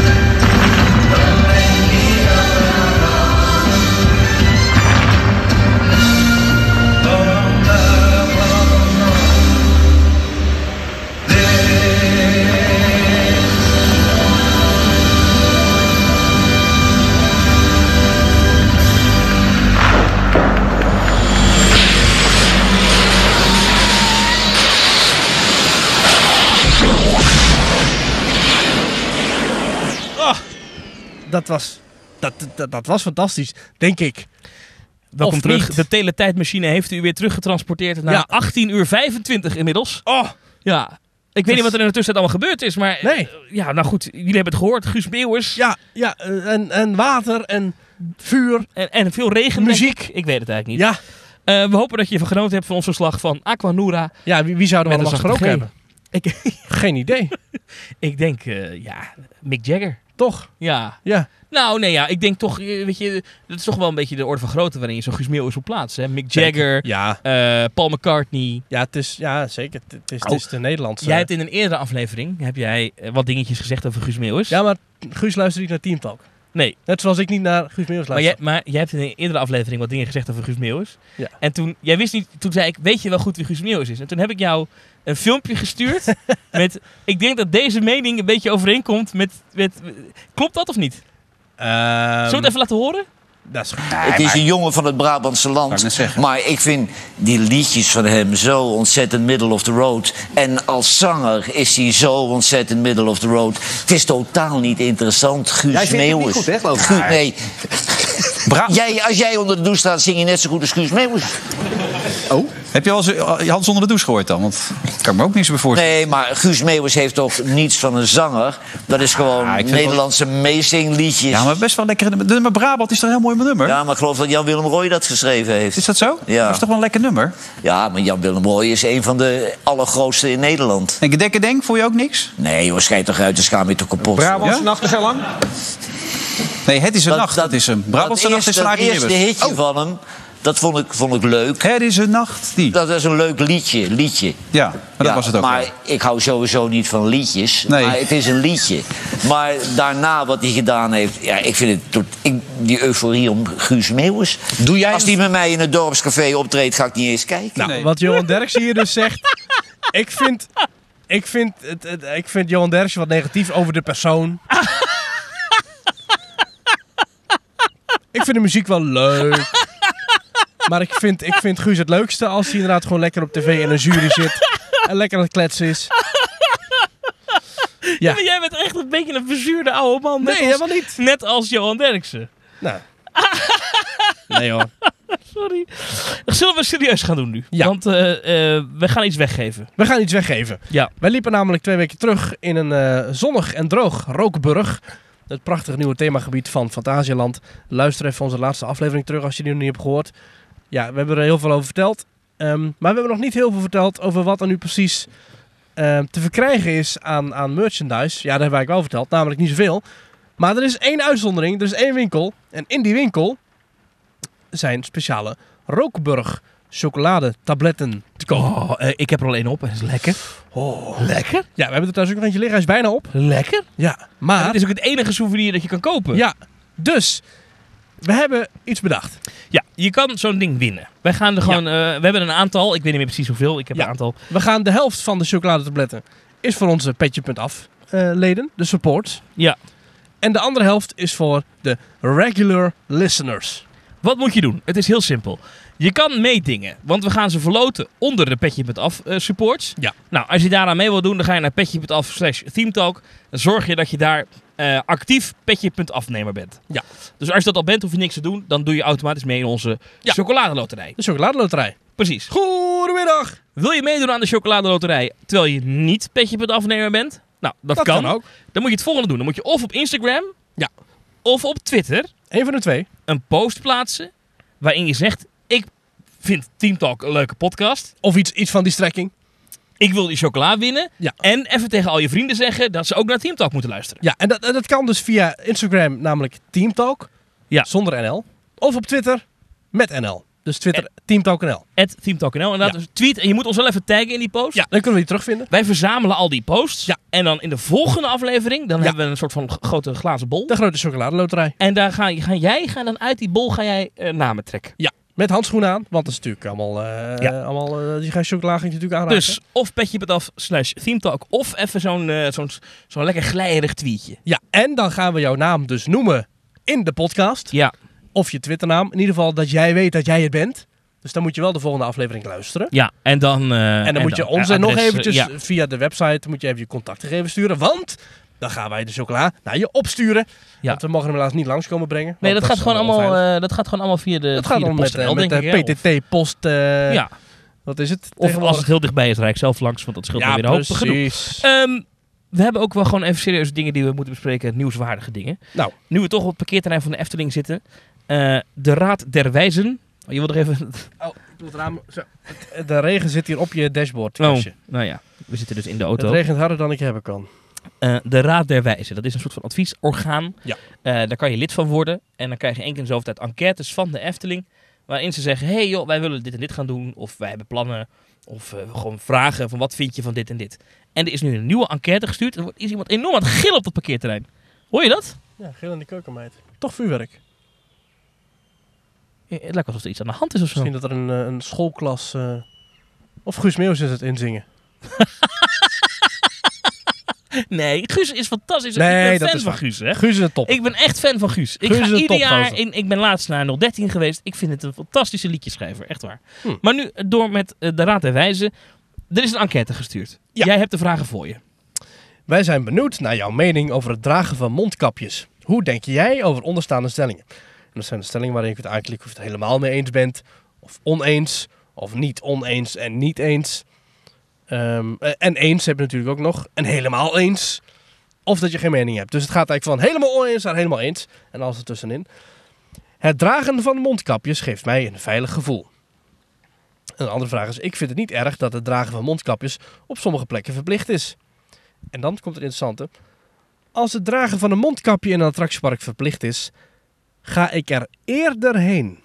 Dat was, dat, dat, dat was fantastisch, denk ik. Welkom Of terug. niet. De teletijdmachine heeft u weer teruggetransporteerd naar Ja. achttien uur vijfentwintig inmiddels. Oh, Ja. Ik weet niet wat er in de tussentijd allemaal gebeurd is, maar... Nee. eh, Ja, nou goed. Jullie hebben het gehoord. Guus Meeuwis. ja, ja en, en water en vuur. En, en veel regen. Muziek. denk ik. Ik weet het eigenlijk niet. Ja, Eh, we hopen dat je ervan genoten hebt van ons verslag van Aquanura. ja wie, wie zouden we Met allemaal een zachte gesproken G. hebben? Ik, Geen idee. ik denk, eh, ja, Mick Jagger. Toch? Ja. Ja. Nou, nee, ja. Ik denk toch, eh, weet je, dat is toch wel een beetje de orde van grootte waarin je zo'n Guus Meeuwis op plaats. Hè? Mick Jagger, Ja, eh, Paul McCartney. ja, het is, ja zeker. Het het is, het Oh. is de Nederlandse. Jij hebt in een eerdere aflevering heb jij eh, wat dingetjes gezegd over Guus Meeuwis. Ja, maar Guus luistert niet naar Team Talk. Nee, Net zoals ik niet naar Guus Meeuwis maar jij, luister. maar jij hebt in een eerdere aflevering wat dingen gezegd over Guus Meeuwis. Ja. En toen, jij wist niet, toen zei ik, weet je wel goed wie Guus Meeuwis is? En toen heb ik jou een filmpje gestuurd met, ik denk dat deze mening een beetje overeenkomt met, met klopt dat of niet? Ehm, Zullen we het even laten horen? Dat is goed. Het is een jongen van het Brabantse land. Maar ik vind die liedjes van hem zo ontzettend middle of the road. En als zanger is hij zo ontzettend middle of the road. Het is totaal niet interessant. Guus Jij vindt het Meeuwis. niet goed, hè, geloof ik? Guus- nee. Jij, als jij onder de douche staat, zing je net zo goed als Guus Meeuwis. Oh? Heb je al eens uh, je Hans onder de douche gehoord dan? Want ik kan me ook niks meer voorstellen. Nee, maar Guus Meeuwis heeft toch niets van een zanger? Dat is gewoon Ja, ik vind Nederlandse meezingliedjes. Ja, maar best wel lekker. De nummer Brabant is toch een heel mooi nummer? Ja, maar ik geloof dat Jan-Willem Roy dat geschreven heeft. Is dat zo? Ja. Dat is toch wel een lekker nummer? Ja, maar Jan-Willem Roy is een van de allergrootste in Nederland. En Gedekke Denk, vond je ook niks? Nee, joh, schijt toch uit, de schaam je toch kapot. Brabantse Ja? nachtegaal lang? Nee, Het is een Nacht, dat, is hem. Brabantse Nacht is van Dat Arie eerste Ribbers. hitje van hem, dat vond ik, vond ik leuk. Het is een Nacht, die. Dat is een leuk liedje, liedje. Ja, maar dat Ja, was het ook Maar wel. ik hou sowieso niet van liedjes. Nee. Maar het is een liedje. Maar daarna wat hij gedaan heeft... Ja, ik vind het... tot- Ik, die euforie om Guus Meeuwis. Doe jij Als hij met mij in het dorpscafé optreedt, ga ik niet eens kijken. Nou, Nee. wat Johan Derksen hier dus zegt. ik vind, ik vind, het, het, ik vind Johan Derksen wat negatief over de persoon. ik vind de muziek wel leuk. Maar ik vind, ik vind Guus het leukste als hij inderdaad gewoon lekker op tv in een jury zit. En lekker aan het kletsen is. Ja. Maar jij bent echt een beetje een verzuurde oude man. Net Nee, als, helemaal niet. Net als Johan Derksen. Nou. Nee hoor. Sorry. Zullen we serieus gaan doen nu? Ja. Want eh, eh, we gaan iets weggeven. We gaan iets weggeven. Ja. Wij liepen namelijk twee weken terug in een eh, zonnig en droog Rookburg. Het prachtige nieuwe themagebied van Fantasialand. Luister even onze laatste aflevering terug als je die nog niet hebt gehoord. Ja, we hebben er heel veel over verteld. Um, maar we hebben nog niet heel veel verteld over wat er nu precies um, te verkrijgen is aan, aan merchandise. Ja, dat hebben wij wel verteld, namelijk niet zoveel. Maar er is één uitzondering, er is één winkel. En in die winkel zijn speciale Rookburg chocoladetabletten te kopen. Oh, uh, ik heb er al één op en dat is lekker. Oh. Lekker? Ja, we hebben er thuis ook nog eentje liggen. Hij is bijna op. Lekker? Ja, maar... En het is ook het enige souvenir dat je kan kopen. Ja, dus... We hebben iets bedacht. Ja, je kan zo'n ding winnen. Wij gaan er gewoon... Ja. Uh, we hebben een aantal. Ik weet niet meer precies hoeveel. Ik heb ja. een aantal. We gaan de helft van de chocoladetabletten is voor onze petje punt af uh, leden. De supports. Ja. En de andere helft is voor de regular listeners. Wat moet je doen? Het is heel simpel. Je kan meedingen, want we gaan ze verloten onder de petje punt af uh, supports. Ja. Nou, als je daaraan mee wil doen, dan ga je naar petje punt af slash themetalk. Dan zorg je dat je daar uh, actief petje punt afnemer bent. Ja. Dus als je dat al bent, hoef je niks te doen. Dan doe je automatisch mee in onze ja. chocoladeloterij. De chocoladeloterij. Precies. Goedemiddag. Wil je meedoen aan de chocoladeloterij terwijl je niet petje punt afnemer bent? Nou, dat, dat kan. kan ook. Dan moet je het volgende doen. Dan moet je of op Instagram ja. of op Twitter Eén van de twee. een post plaatsen waarin je zegt... Ik vind Teamtalk een leuke podcast. Of iets, iets van die strekking. Ik wil die chocola winnen. Ja. En even tegen al je vrienden zeggen dat ze ook naar Teamtalk moeten luisteren. Ja, en dat, dat kan dus via Instagram, namelijk Teamtalk. Ja. Zonder N L. Of op Twitter met N L. Dus Twitter en, Teamtalk N L. at Teamtalk N L. En dat ja. is tweet. En je moet ons wel even taggen in die post. Ja, dan kunnen we die terugvinden. Wij verzamelen al die posts. Ja. En dan in de volgende aflevering, dan ja. hebben we een soort van grote glazen bol. De grote chocoladeloterij. En daar ga, ga jij gaan dan uit die bol ga jij uh, namen trekken. Ja. Met handschoenen aan, want dat is natuurlijk allemaal, uh, ja. allemaal uh, die gaan chocola ga je natuurlijk aanraken. Dus of petje punt af slash themetalk of even zo'n uh, zo'n zo'n lekker glijerig tweetje. Ja, en dan gaan we jouw naam dus noemen in de podcast. Ja. Of je Twitternaam. In ieder geval dat jij weet dat jij het bent. Dus dan moet je wel de volgende aflevering luisteren. Ja, en dan... Uh, en dan en moet dan, je ons uh, nog adres, eventjes ja. via de website moet je even je contactgegevens sturen. Want dan gaan wij de chocola naar je opsturen. Ja. Want we mogen hem helaas niet langskomen brengen. Nee, dat, dat gaat, gewoon allemaal, uh, dat gaat gewoon allemaal via de Dat via gaat de dan met, PostNL, met denk de ik, P T T-post... Uh, ja. Wat is het? Of als het heel dichtbij is, Rijk zelf langs. Want dat scheelt ja, weer een hoop precies. Um, we hebben ook wel gewoon even serieuze dingen die we moeten bespreken. Nieuwswaardige dingen. Nou. Nu we toch op het parkeerterrein van de Efteling zitten. Uh, de Raad der Wijzen. Oh, je wil er even... Oh, ik doe het raam... Zo. De regen zit hier op je dashboard. Oh, nou ja, we zitten dus in de auto. Het regent harder dan ik hebben kan. Uh, de Raad der Wijzen, dat is een soort van adviesorgaan. Ja. Uh, daar kan je lid van worden. En dan krijg je één keer in zoveel tijd enquêtes van de Efteling. Waarin ze zeggen, hé hey joh, wij willen dit en dit gaan doen. Of wij hebben plannen. Of uh, gewoon vragen van wat vind je van dit en dit. En er is nu een nieuwe enquête gestuurd. Er is iemand enorm aan het gillen op dat parkeerterrein. Hoor je dat? Ja, gillende keukenmeid. Toch vuurwerk. Ja, het lijkt alsof er iets aan de hand is of zo. Misschien dat er een, een schoolklas... Uh, of Guus Meeuwis is het inzingen. Nee, Guus is fantastisch. Nee, ik ben dat fan is van waar. Guus. Hè? Guus is een top. Ik ben echt fan van Guus. Ik Guus ga is een ieder jaar topgozer. in, ik ben laatst naar nul dertien geweest. Ik vind het een fantastische liedjeschrijver. Echt waar. Hm. Maar nu door met uh, de Raad der Wijzen. Er is een enquête gestuurd. Ja. Jij hebt de vragen voor je. Wij zijn benieuwd naar jouw mening over het dragen van mondkapjes. Hoe denk jij over onderstaande stellingen? En dat zijn de stellingen waarin je kunt aanklikken of je het helemaal mee eens bent. Of oneens. Of niet oneens en niet eens. Um, en eens heb je natuurlijk ook nog. En helemaal eens. Of dat je geen mening hebt. Dus het gaat eigenlijk van helemaal oneens naar helemaal eens. En alles ertussenin. Het dragen van mondkapjes geeft mij een veilig gevoel. Een andere vraag is, ik vind het niet erg dat het dragen van mondkapjes op sommige plekken verplicht is. En dan komt het interessante. Als het dragen van een mondkapje in een attractiepark verplicht is, ga ik er eerder heen.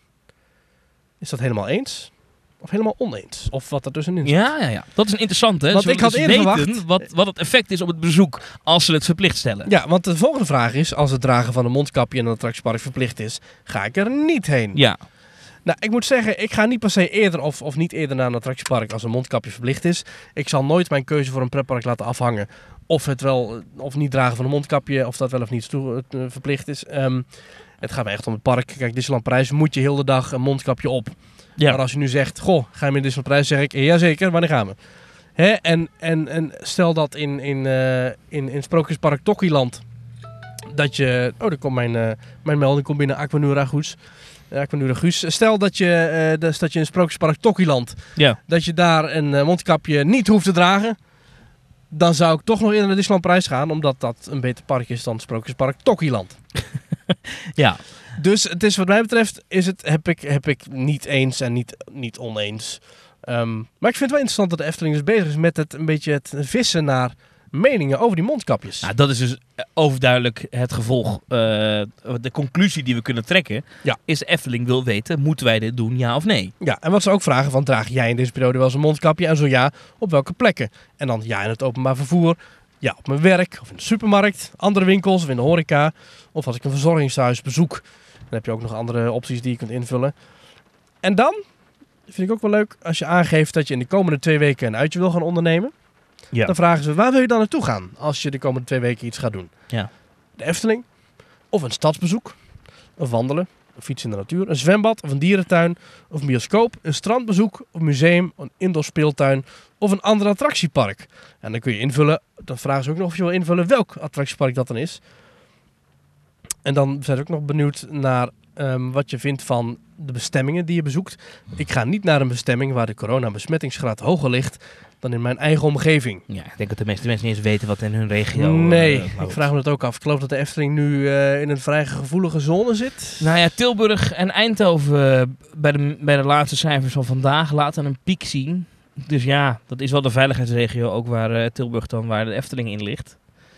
Is dat helemaal eens? Of helemaal oneens? Of wat er tussenin zit? Ja, ja, ja. Dat is een interessante. Want Ze ik had dus eerder weten verwacht... Wat, wat het effect is op het bezoek als ze het verplicht stellen. Ja, want de volgende vraag is, als het dragen van een mondkapje in een attractiepark verplicht is, ga ik er niet heen. Ja. Nou, ik moet zeggen, ik ga niet per se eerder of, of niet eerder naar een attractiepark als een mondkapje verplicht is. Ik zal nooit mijn keuze voor een pretpark laten afhangen of het wel of niet dragen van een mondkapje, of dat wel of niet toe, uh, verplicht is. Um, het gaat me echt om het park. Kijk, Disneyland Parijs moet je heel de dag een mondkapje op. Ja. Maar als je nu zegt, goh, ga je met Disneyland Parijs, zeg ik, jazeker, wanneer gaan we? Hè? En, en, en stel dat in, in, uh, in, in Sprookjespark Tokkieland, dat je, oh, daar komt mijn, uh, mijn melding komt binnen, Aquanura Goes. Ja, ik ben nu de Guus. Stel dat je, uh, dus dat je in Sprookjespark Tokkieland, ja. dat je daar een uh, mondkapje niet hoeft te dragen, dan zou ik toch nog in naar Disneyland Parijs gaan, omdat dat een beter park is dan Sprookjespark Tokkieland. Ja. Dus het is wat mij betreft, is het, heb, ik, heb ik niet eens en niet, niet oneens. Um, maar ik vind het wel interessant dat de Efteling dus bezig is met het, een beetje het vissen naar meningen over die mondkapjes. Nou, dat is dus overduidelijk het gevolg. Uh, de conclusie die we kunnen trekken Ja. is de Efteling wil weten, moeten wij dit doen, ja of nee? Ja, en wat ze ook vragen van, draag jij in deze periode wel eens een mondkapje? En zo ja, op welke plekken? En dan ja in het openbaar vervoer, ja op mijn werk, of in de supermarkt, andere winkels of in de horeca. Of als ik een verzorgingshuis bezoek. Dan heb je ook nog andere opties die je kunt invullen. En dan vind ik ook wel leuk als je aangeeft dat je in de komende twee weken een uitje wil gaan ondernemen. Ja. Dan vragen ze, waar wil je dan naartoe gaan als je de komende twee weken iets gaat doen? Ja. De Efteling, of een stadsbezoek, of wandelen, of fietsen in de natuur, een zwembad of een dierentuin, of een bioscoop, een strandbezoek, of museum, een indoor speeltuin, of een ander attractiepark. En dan kun je invullen, dan vragen ze ook nog of je wil invullen welk attractiepark dat dan is. En dan zijn ze ook nog benieuwd naar um, wat je vindt van de bestemmingen die je bezoekt. Ik ga niet naar een bestemming waar de coronabesmettingsgraad hoger ligt dan in mijn eigen omgeving. Ja, ik denk dat de meeste mensen niet eens weten wat in hun regio... Nee, uh, ik vraag me dat ook af. Ik geloof dat de Efteling nu uh, in een vrij gevoelige zone zit. Nou ja, Tilburg en Eindhoven uh, bij, de, bij de laatste cijfers van vandaag laten een piek zien. Dus ja, dat is wel de veiligheidsregio ook waar uh, Tilburg dan, waar de Efteling in ligt.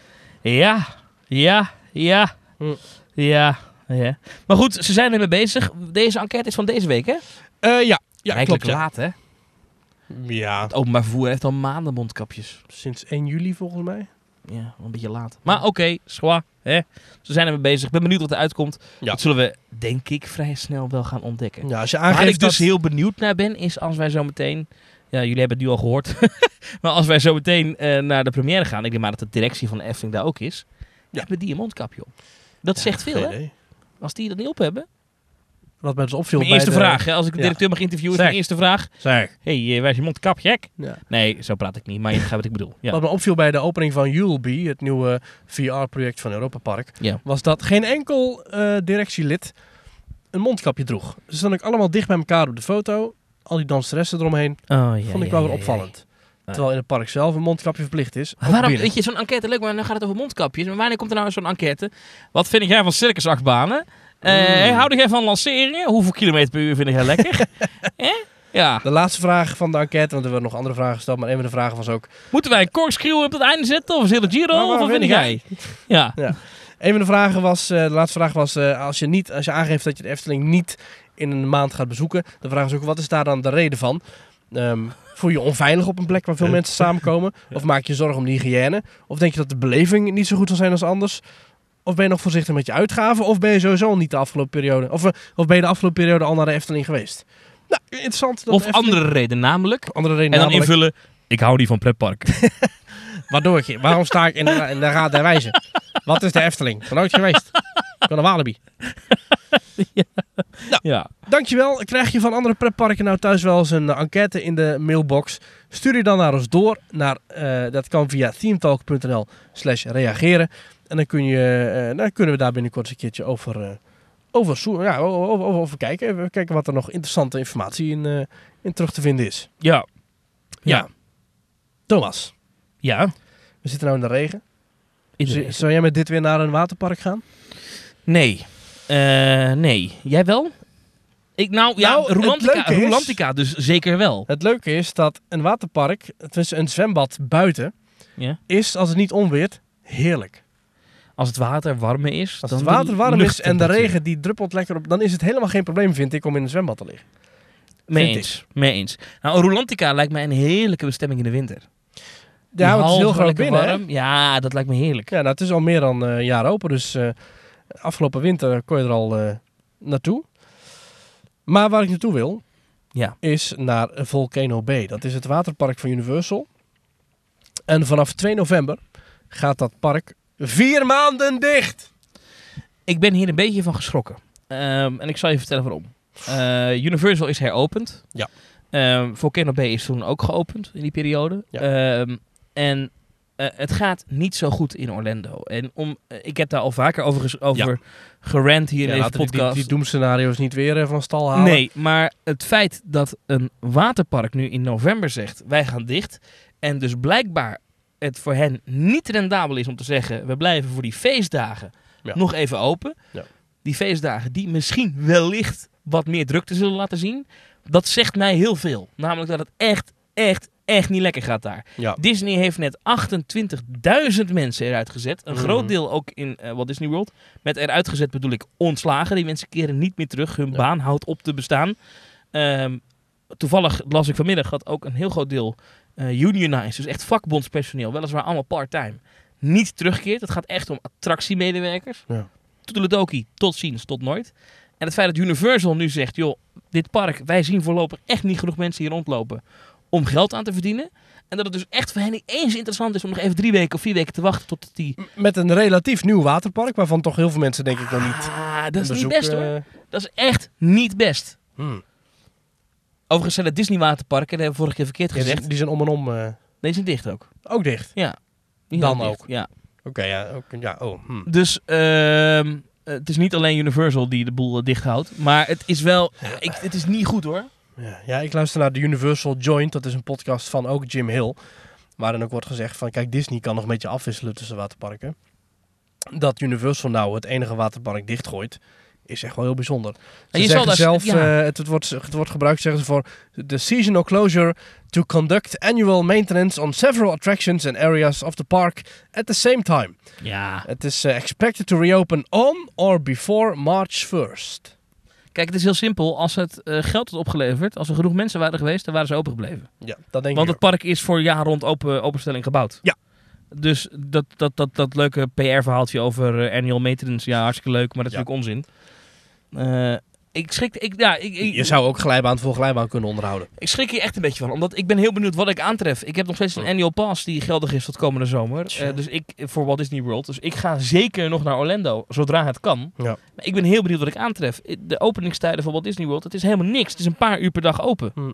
Ja, ja, ja, hm. ja, ja. Maar goed, ze zijn ermee bezig. Deze enquête is van deze week, hè? Uh, ja, ja Rijkelijk klopt. Ja. laat, hè? Ja, Het openbaar vervoer heeft al maanden mondkapjes. sinds één juli volgens mij. Ja, wel een beetje laat. Maar oké, okay, schwa, hè? Ze zijn ermee bezig. Ik ben benieuwd wat er uitkomt. Ja. Dat zullen we, denk ik, vrij snel wel gaan ontdekken. Ja, als je Waar aangeeft ik dus dat... heel benieuwd naar ben, is als wij zo meteen... Ja, jullie hebben het nu al gehoord. Maar als wij zo meteen uh, naar de première gaan... Ik denk maar dat de directie van de Efteling daar ook is. Ja. Hebben die een mondkapje op? Dat Ja, zegt veel, geen hè? idee. Als die dat niet op hebben. Wat mij dus opviel Mijn bij eerste de... vraag, hè? Als ik de Ja. directeur mag interviewen, is Zeg. mijn eerste vraag. Zeg. Hé, hey, waar is je mondkapje, hek? Ja. Nee, zo praat ik niet. Maar je begrijpt wat ik bedoel. Ja. Wat me opviel bij de opening van Juleby, het nieuwe V R-project van Europa Park, Ja. was dat geen enkel uh, directielid een mondkapje droeg. Ze stonden ook allemaal dicht bij elkaar op de foto. Al die danseressen eromheen. Oh, ja, Vond ik ja, wel weer ja, opvallend. ja. Terwijl in het park zelf een mondkapje verplicht is. Maar ook waarom, binnen. weet je, zo'n enquête leuk, maar dan gaat het over mondkapjes. Maar wanneer komt er nou zo'n enquête? Wat vind jij van circusachtbanen? Uh, Mm. Hou jij van lanceringen? Hoeveel kilometer per uur vind jij lekker? eh? Ja. De laatste vraag van de enquête, want er werden nog andere vragen gesteld, maar een van de vragen was ook... Moeten wij een corkscrew op het einde zetten? Of is het een Giro? Maar waar Of wat vind vind jij? Ja. Ja. Een van de vragen was, uh, de laatste vraag was, uh, als, je niet, als je aangeeft dat je de Efteling niet in een maand gaat bezoeken, dan vragen ze ook, wat is daar dan de reden van? Um, voel je je onveilig op een plek waar veel mensen samenkomen? Of maak je je zorgen om de hygiëne? Of denk je dat de beleving niet zo goed zal zijn als anders? Of ben je nog voorzichtig met je uitgaven? Of ben je sowieso niet de afgelopen periode? Of, uh, of ben je de afgelopen periode al naar de Efteling geweest? Nou, interessant. Dat Of Efteling... andere reden namelijk. Andere reden en dan namelijk... invullen, ik hou niet van pretpark. Waardoor ik, waarom sta ik in de, in de Raad der Wijzen? Wat is de Efteling? Ik ben nooit geweest. Ik ben een Walibi. ja. Nou, ja. Dankjewel. Krijg je van andere pretparken nou thuis wel eens een uh, enquête in de mailbox? Stuur je dan naar ons door. Naar, uh, dat kan via themetalk.nl slash reageren. En dan, kun je, uh, dan kunnen we daar binnenkort een keertje over, uh, over, zo- ja, over, over, over kijken. Even kijken wat er nog interessante informatie in, uh, in terug te vinden is. Ja. Ja. Ja. Thomas, Ja. we zitten nou in de regen. In de Z- regen. Zou jij met dit weer naar een waterpark gaan? Nee. Uh, nee. Jij wel? Ik nou, ja, Nou, het Rolantica, leuke is- Rolantica dus zeker wel. Het leuke is dat een waterpark, tenminste een zwembad buiten, Ja. is als het niet onweert, heerlijk. Als het water warmer is. Als dan het water de warm is en de luchttemperatuur. regen die druppelt lekker op, dan is het helemaal geen probleem, vind ik, om in een zwembad te liggen. Mee vind eens. Mee eens. Nou, Rolantica lijkt mij een heerlijke bestemming in de winter. Die Ja, want het is heel halve groot lekker binnen, hè? warm. Ja, dat lijkt me heerlijk. Ja, nou, het is al meer dan uh, een jaar open, dus uh, afgelopen winter kon je er al uh, naartoe. Maar waar ik naartoe wil, Ja. is naar Volcano Bay. Dat is het waterpark van Universal. En vanaf twee november gaat dat park vier maanden dicht. Ik ben hier een beetje van geschrokken. Um, en ik zal je vertellen waarom. Uh, Universal is heropend. Ja. Um, Volcano Bay is toen ook geopend in die periode. Ja. Um, en uh, het gaat niet zo goed in Orlando. En om, uh, ik heb daar al vaker over, ges- over Ja. gerant hier Ja, in deze laten we die, podcast. die, die doemscenario's niet weer uh, van stal halen. Nee, maar het feit dat een waterpark nu in november zegt, wij gaan dicht. En dus blijkbaar het voor hen niet rendabel is om te zeggen, we blijven voor die feestdagen Ja. nog even open. Ja. Die feestdagen die misschien wellicht wat meer drukte zullen laten zien. Dat zegt mij heel veel. Namelijk dat het echt, echt, echt niet lekker gaat daar. Ja. Disney heeft net achtentwintigduizend mensen eruit gezet. Een Mm-hmm. groot deel ook in uh, Walt Disney World. Met eruit gezet bedoel ik ontslagen. Die mensen keren niet meer terug. Hun Ja. baan houdt op te bestaan. Um, toevallig las ik vanmiddag dat ook een heel groot deel uh, unionized, dus echt vakbondspersoneel, weliswaar allemaal part-time, niet terugkeert. Het gaat echt om attractiemedewerkers. Ja. Toedeledokie, tot ziens, tot nooit. En het feit dat Universal nu zegt, joh, dit park, wij zien voorlopig echt niet genoeg mensen hier rondlopen om geld aan te verdienen. En dat het dus echt voor hen niet eens interessant is om nog even drie weken of vier weken te wachten tot die... Met een relatief nieuw waterpark, waarvan toch heel veel mensen denk ik nog niet... Ah, dat is niet bezoek, best uh... hoor. Dat is echt niet best. Hmm. Overigens zijn de Disney waterparken, dat hebben we vorige keer verkeerd gezegd. Die, die zijn om en om... Uh... Die zijn dicht ook. Ook dicht? Ja. Die Dan dicht. ook? Ja. Oké, okay, ja, ook, ja. Oh, hmm. Dus uh, het is niet alleen Universal die de boel uh, dicht houdt. Maar het is wel... Ja. Ik, het is niet goed hoor. Ja, ja, ik luister naar de Universal Joint. Dat is een podcast van ook Jim Hill. Waarin ook wordt gezegd van... Kijk, Disney kan nog een beetje afwisselen tussen waterparken. Dat Universal nou het enige waterpark dichtgooit... is echt wel heel bijzonder. Ze je zeggen zal zelf, ja. uh, het, het, wordt, het wordt gebruikt zeggen ze voor... The seasonal closure to conduct annual maintenance on several attractions and areas of the park at the same time. Ja. Het is uh, expected to reopen on or before March first. Kijk, het is heel simpel. Als het uh, geld had opgeleverd, als er genoeg mensen waren geweest, dan waren ze open gebleven. Ja, dat denk Want ik het park is voor jaar rond open, openstelling gebouwd. Ja. Dus dat, dat, dat, dat leuke P R-verhaaltje over uh, annual maintenance, ja, hartstikke leuk, maar dat is ja. natuurlijk onzin. Uh, ik schrik... Ik, ja, ik, ik, Je zou ook glijbaan voor glijbaan kunnen onderhouden. Ik schrik hier echt een beetje van, omdat ik ben heel benieuwd wat ik aantref. Ik heb nog steeds een annual pass die geldig is tot komende zomer. Uh, dus ik, voor Walt Disney World. Dus ik ga zeker nog naar Orlando, zodra het kan. Ja. Maar ik ben heel benieuwd wat ik aantref. De openingstijden van Walt Disney World, het is helemaal niks. Het is een paar uur per dag open. Hm.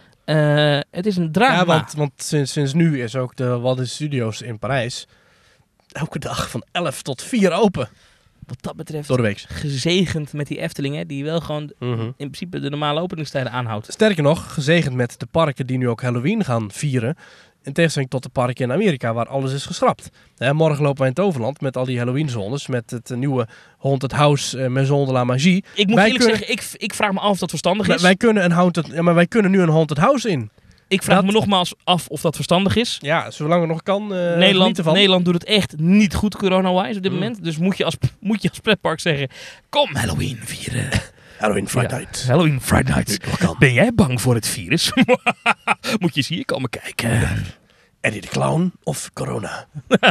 Uh, het is een drama. Ja, want, want sinds, sinds nu is ook de Walt Disney Studios in Parijs elke dag van elf tot vier open. Wat dat betreft, door de week. Gezegend met die Efteling, hè, die wel gewoon mm-hmm. in principe de normale openingstijden aanhoudt. Sterker nog, gezegend met de parken die nu ook Halloween gaan vieren. In tegenstelling tot de parken in Amerika, waar alles is geschrapt. Hè, morgen lopen wij in Toverland met al die Halloween-zones. Met het nieuwe Haunted House uh, Maison de la Magie. Ik moet wij eerlijk kunnen, zeggen, ik, ik vraag me af of dat verstandig is. Wij kunnen, een haunted, ja, maar wij kunnen nu een Haunted House in. Ik vraag dat, me nogmaals af of dat verstandig is. Ja, zolang het nog kan. Uh, Nederland, Nederland doet het echt niet goed corona-wise op dit mm. moment. Dus moet je als, moet je als pretpark zeggen... Kom Halloween vieren. Halloween Friday ja, Night. Halloween Friday Night. Ben jij bang voor het virus? Moet je eens hier komen kijken. Eddie de Clown of corona?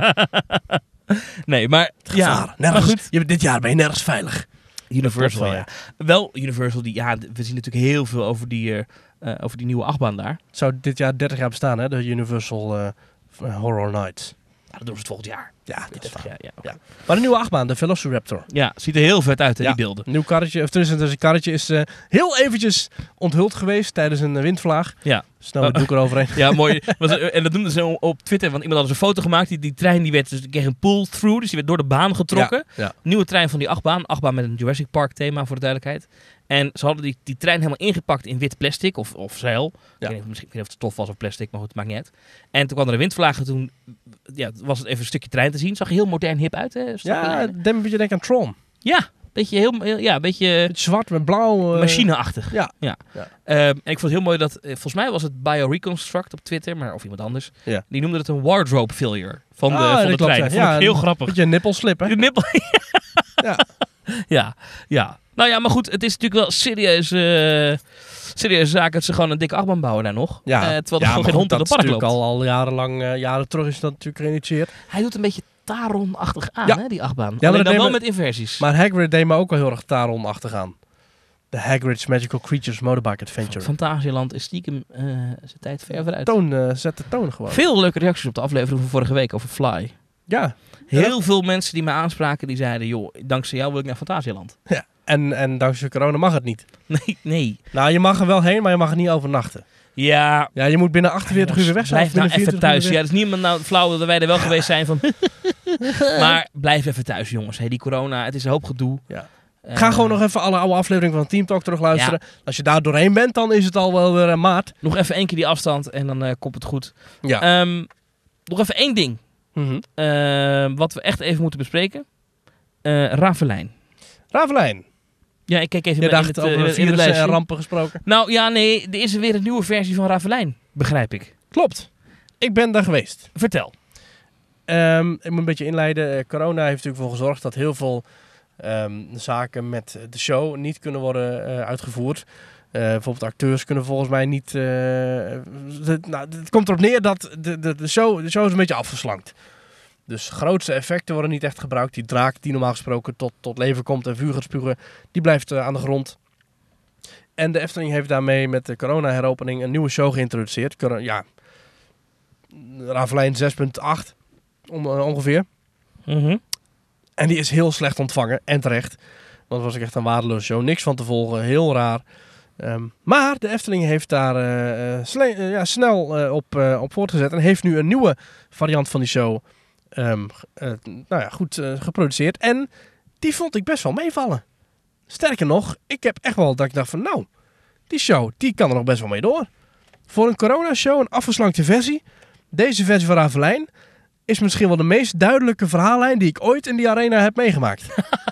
Nee, maar... Ja, nergens, maar goed. Je, dit jaar ben je nergens veilig. Universal, wel, ja. Wel, Universal, die, ja, we zien natuurlijk heel veel over die, uh, uh, over die nieuwe achtbaan daar. Het zou dit jaar dertig jaar bestaan, hè? De Universal uh, Horror Nights. Ja, dat doen ze het volgend jaar. Ja, dit is ja, ja, okay. ja. Maar een nieuwe achtbaan, de Velociraptor. Ja, ziet er heel vet uit, hè, ja. die beelden. Een nieuw karretje, of tenminste, een karretje is uh, heel eventjes onthuld geweest tijdens een uh, windvlaag. Ja. Snel met doek eroverheen. Ja, mooi. En dat noemden ze op Twitter, want iemand had dus een foto gemaakt. Die, die trein die werd, dus, die kreeg een pull-through, dus die werd door de baan getrokken. Ja, ja. Nieuwe trein van die achtbaan. Achtbaan met een Jurassic Park thema, voor de duidelijkheid. En ze hadden die, die trein helemaal ingepakt in wit plastic of, of zeil. Ja. Ik, weet niet, misschien, ik weet niet of het stof was of plastic, maar goed, het maakt niet uit. En toen kwam er een windvlaag en toen ja, was het even een stukje trein te zien. Zag er heel modern hip uit, hè? Ja, denk een beetje denk aan Tron. Ja, beetje heel, heel ja, een beetje, beetje zwart met blauw. Uh... Machineachtig. Ja. ja. ja. Uh, en ik vond het heel mooi dat, uh, volgens mij was het BioReconstruct op Twitter, maar of iemand anders. Ja. Die noemde het een wardrobe failure van de, ah, van de trein. Dat vond ja, ik heel grappig. Beetje een nippelslip, hè? De nippel. ja. ja, ja. Nou ja, maar goed, het is natuurlijk wel serieus, uh, serieuze zaak dat ze gewoon een dikke achtbaan bouwen daar nog. Ja, uh, terwijl er ja, gewoon geen hond in het park loopt. Al, al jarenlang, uh, jaren terug is dat natuurlijk geïnitieerd. Hij doet een beetje Taron-achtig aan, ja. hè, die achtbaan. Ja, alleen dan wel me, met inversies. Maar Hagrid deed me ook wel heel erg Taron-achtig aan. De Hagrid's Magical Creatures Motorbike Adventure. Fantasieland is stiekem uh, zijn tijd ver vooruit. Toon, uh, zet de toon gewoon. Veel leuke reacties op de aflevering van vorige week over Fly. Ja. Heel ja. veel mensen die me aanspraken, die zeiden, joh, dankzij jou wil ik naar Fantasieland. Ja. En, en dankzij corona mag het niet. Nee, nee. Nou, je mag er wel heen, maar je mag er niet overnachten. Ja. Ja, je moet binnen achtenveertig uur weer weg zijn. Blijf nou even thuis. Ja, het is niemand nou flauw dat wij er wel geweest zijn van... maar blijf even thuis, jongens. Hey, die corona, het is een hoop gedoe. Ja. Uh, Ga gewoon nog even alle oude afleveringen van Team Talk terugluisteren. Ja. Als je daar doorheen bent, dan is het al wel weer uh, maart. Nog even één keer die afstand en dan uh, komt het goed. Ja. Um, nog even één ding. Mm-hmm. Uh, wat we echt even moeten bespreken. Uh, Ravelijn. Ravelijn. Ja, ik kijk even je bij dacht in het, over uh, in het lijstje. En rampen gesproken. Nou ja, nee, er is er weer een nieuwe versie van Ravelijn, begrijp ik. Klopt. Ik ben daar geweest. Vertel. Um, ik moet een beetje inleiden. Uh, corona heeft natuurlijk voor gezorgd dat heel veel um, zaken met de show niet kunnen worden uh, uitgevoerd. Uh, bijvoorbeeld acteurs kunnen volgens mij niet... Uh, de, nou, het komt erop neer dat de, de, de, show, de show is een beetje afgeslankt. Dus grootste effecten worden niet echt gebruikt. Die draak die normaal gesproken tot, tot leven komt en vuur gaat spugen, die blijft uh, aan de grond. En de Efteling heeft daarmee met de corona-heropening een nieuwe show geïntroduceerd. Cor- ja, Ravelijn zes punt acht on- uh, ongeveer. Mm-hmm. En die is heel slecht ontvangen en terecht. Want het was echt een waardeloze show. Niks van te volgen, heel raar. Um, maar de Efteling heeft daar uh, sle- uh, ja, snel uh, op, uh, op voortgezet en heeft nu een nieuwe variant van die show um, uh, nou ja, goed uh, geproduceerd. En die vond ik best wel meevallen. Sterker nog, ik heb echt wel dat ik dacht van nou, die show die kan er nog best wel mee door. Voor een corona-show, een afgeslankte versie, deze versie van Ravelijn is misschien wel de meest duidelijke verhaallijn die ik ooit in die arena heb meegemaakt.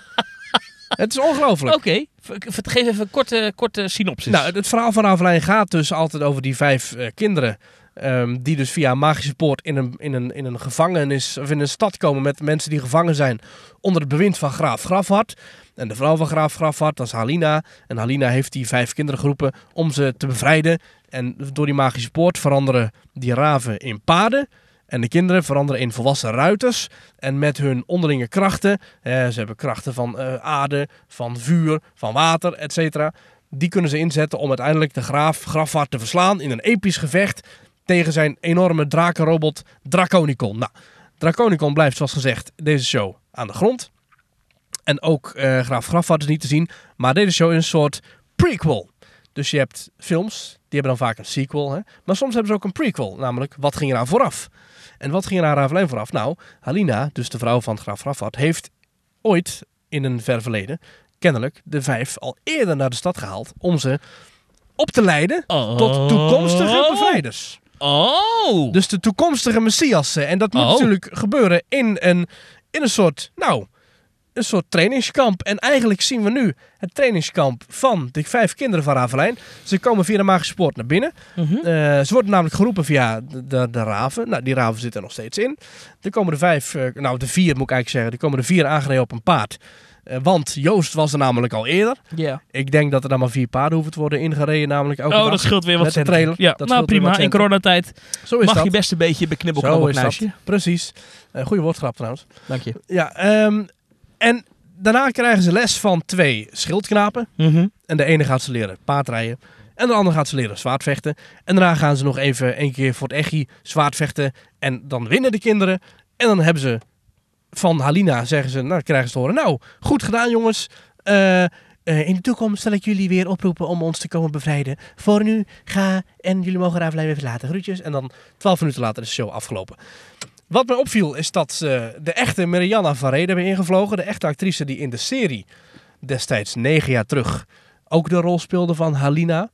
Het is ongelooflijk. Oké, okay. Geef even een korte, korte synopsis. Nou, het verhaal van Ravelijn gaat dus altijd over die vijf uh, kinderen. Um, die dus via een magische poort in een, in, een, in een gevangenis of in een stad komen met mensen die gevangen zijn onder het bewind van Graaf Grafhard. En de vrouw van Graaf Grafhard, dat is Halina. En Halina heeft die vijf kinderen geroepen om ze te bevrijden. En door die magische poort veranderen die raven in paarden. En de kinderen veranderen in volwassen ruiters. En met hun onderlinge krachten, eh, ze hebben krachten van uh, aarde, van vuur, van water, et cetera. Die kunnen ze inzetten om uiteindelijk de graaf Grafhard te verslaan in een episch gevecht tegen zijn enorme drakenrobot Draconicon. Nou, Draconicon blijft zoals gezegd deze show aan de grond. En ook uh, Graaf Grafhard is niet te zien. Maar deze show is een soort prequel. Dus je hebt films, die hebben dan vaak een sequel. Hè? Maar soms hebben ze ook een prequel. Namelijk, wat ging er aan vooraf? En wat ging er aan Ravelijn vooraf? Nou, Halina, dus de vrouw van Graaf Grafhard, heeft ooit in een ver verleden kennelijk de vijf al eerder naar de stad gehaald om ze op te leiden oh. tot toekomstige bevrijders. Oh! Dus de toekomstige messiassen. En dat moet oh. natuurlijk gebeuren in een, in een soort, nou, een soort trainingskamp. En eigenlijk zien we nu het trainingskamp van de vijf kinderen van Ravelijn. Ze komen via de magische poort naar binnen. Mm-hmm. Uh, ze worden namelijk geroepen via de, de, de raven. Nou, die raven zitten er nog steeds in. Er komen de vijf, uh, nou de vier moet ik eigenlijk zeggen. Er komen de vier aangereden op een paard. Uh, want Joost was er namelijk al eerder. Yeah. Ik denk dat er dan maar vier paarden hoeven te worden ingereden. Namelijk elke oh, dag dat scheelt weer wat met de trailer. Ja, dat nou prima. In coronatijd Zo is mag dat. je best een beetje beknibbel op knuisje. Precies. Uh, goeie woordgrap trouwens. Dank je. Ja, um, en daarna krijgen ze les van twee schildknapen. Mm-hmm. En de ene gaat ze leren paardrijden. En de andere gaat ze leren zwaardvechten. En daarna gaan ze nog even een keer voor het echi zwaardvechten. En dan winnen de kinderen. En dan hebben ze van Halina, zeggen ze, nou krijgen ze te horen. Nou, goed gedaan jongens. Uh, uh, in de toekomst zal ik jullie weer oproepen om ons te komen bevrijden. Voor nu, ga en jullie mogen Ravelijn weer verlaten. Groetjes. En dan twaalf minuten later is de show afgelopen. Wat mij opviel is dat ze de echte Marianna van Reden hebben ingevlogen. De echte actrice die in de serie destijds negen jaar terug ook de rol speelde van Halina.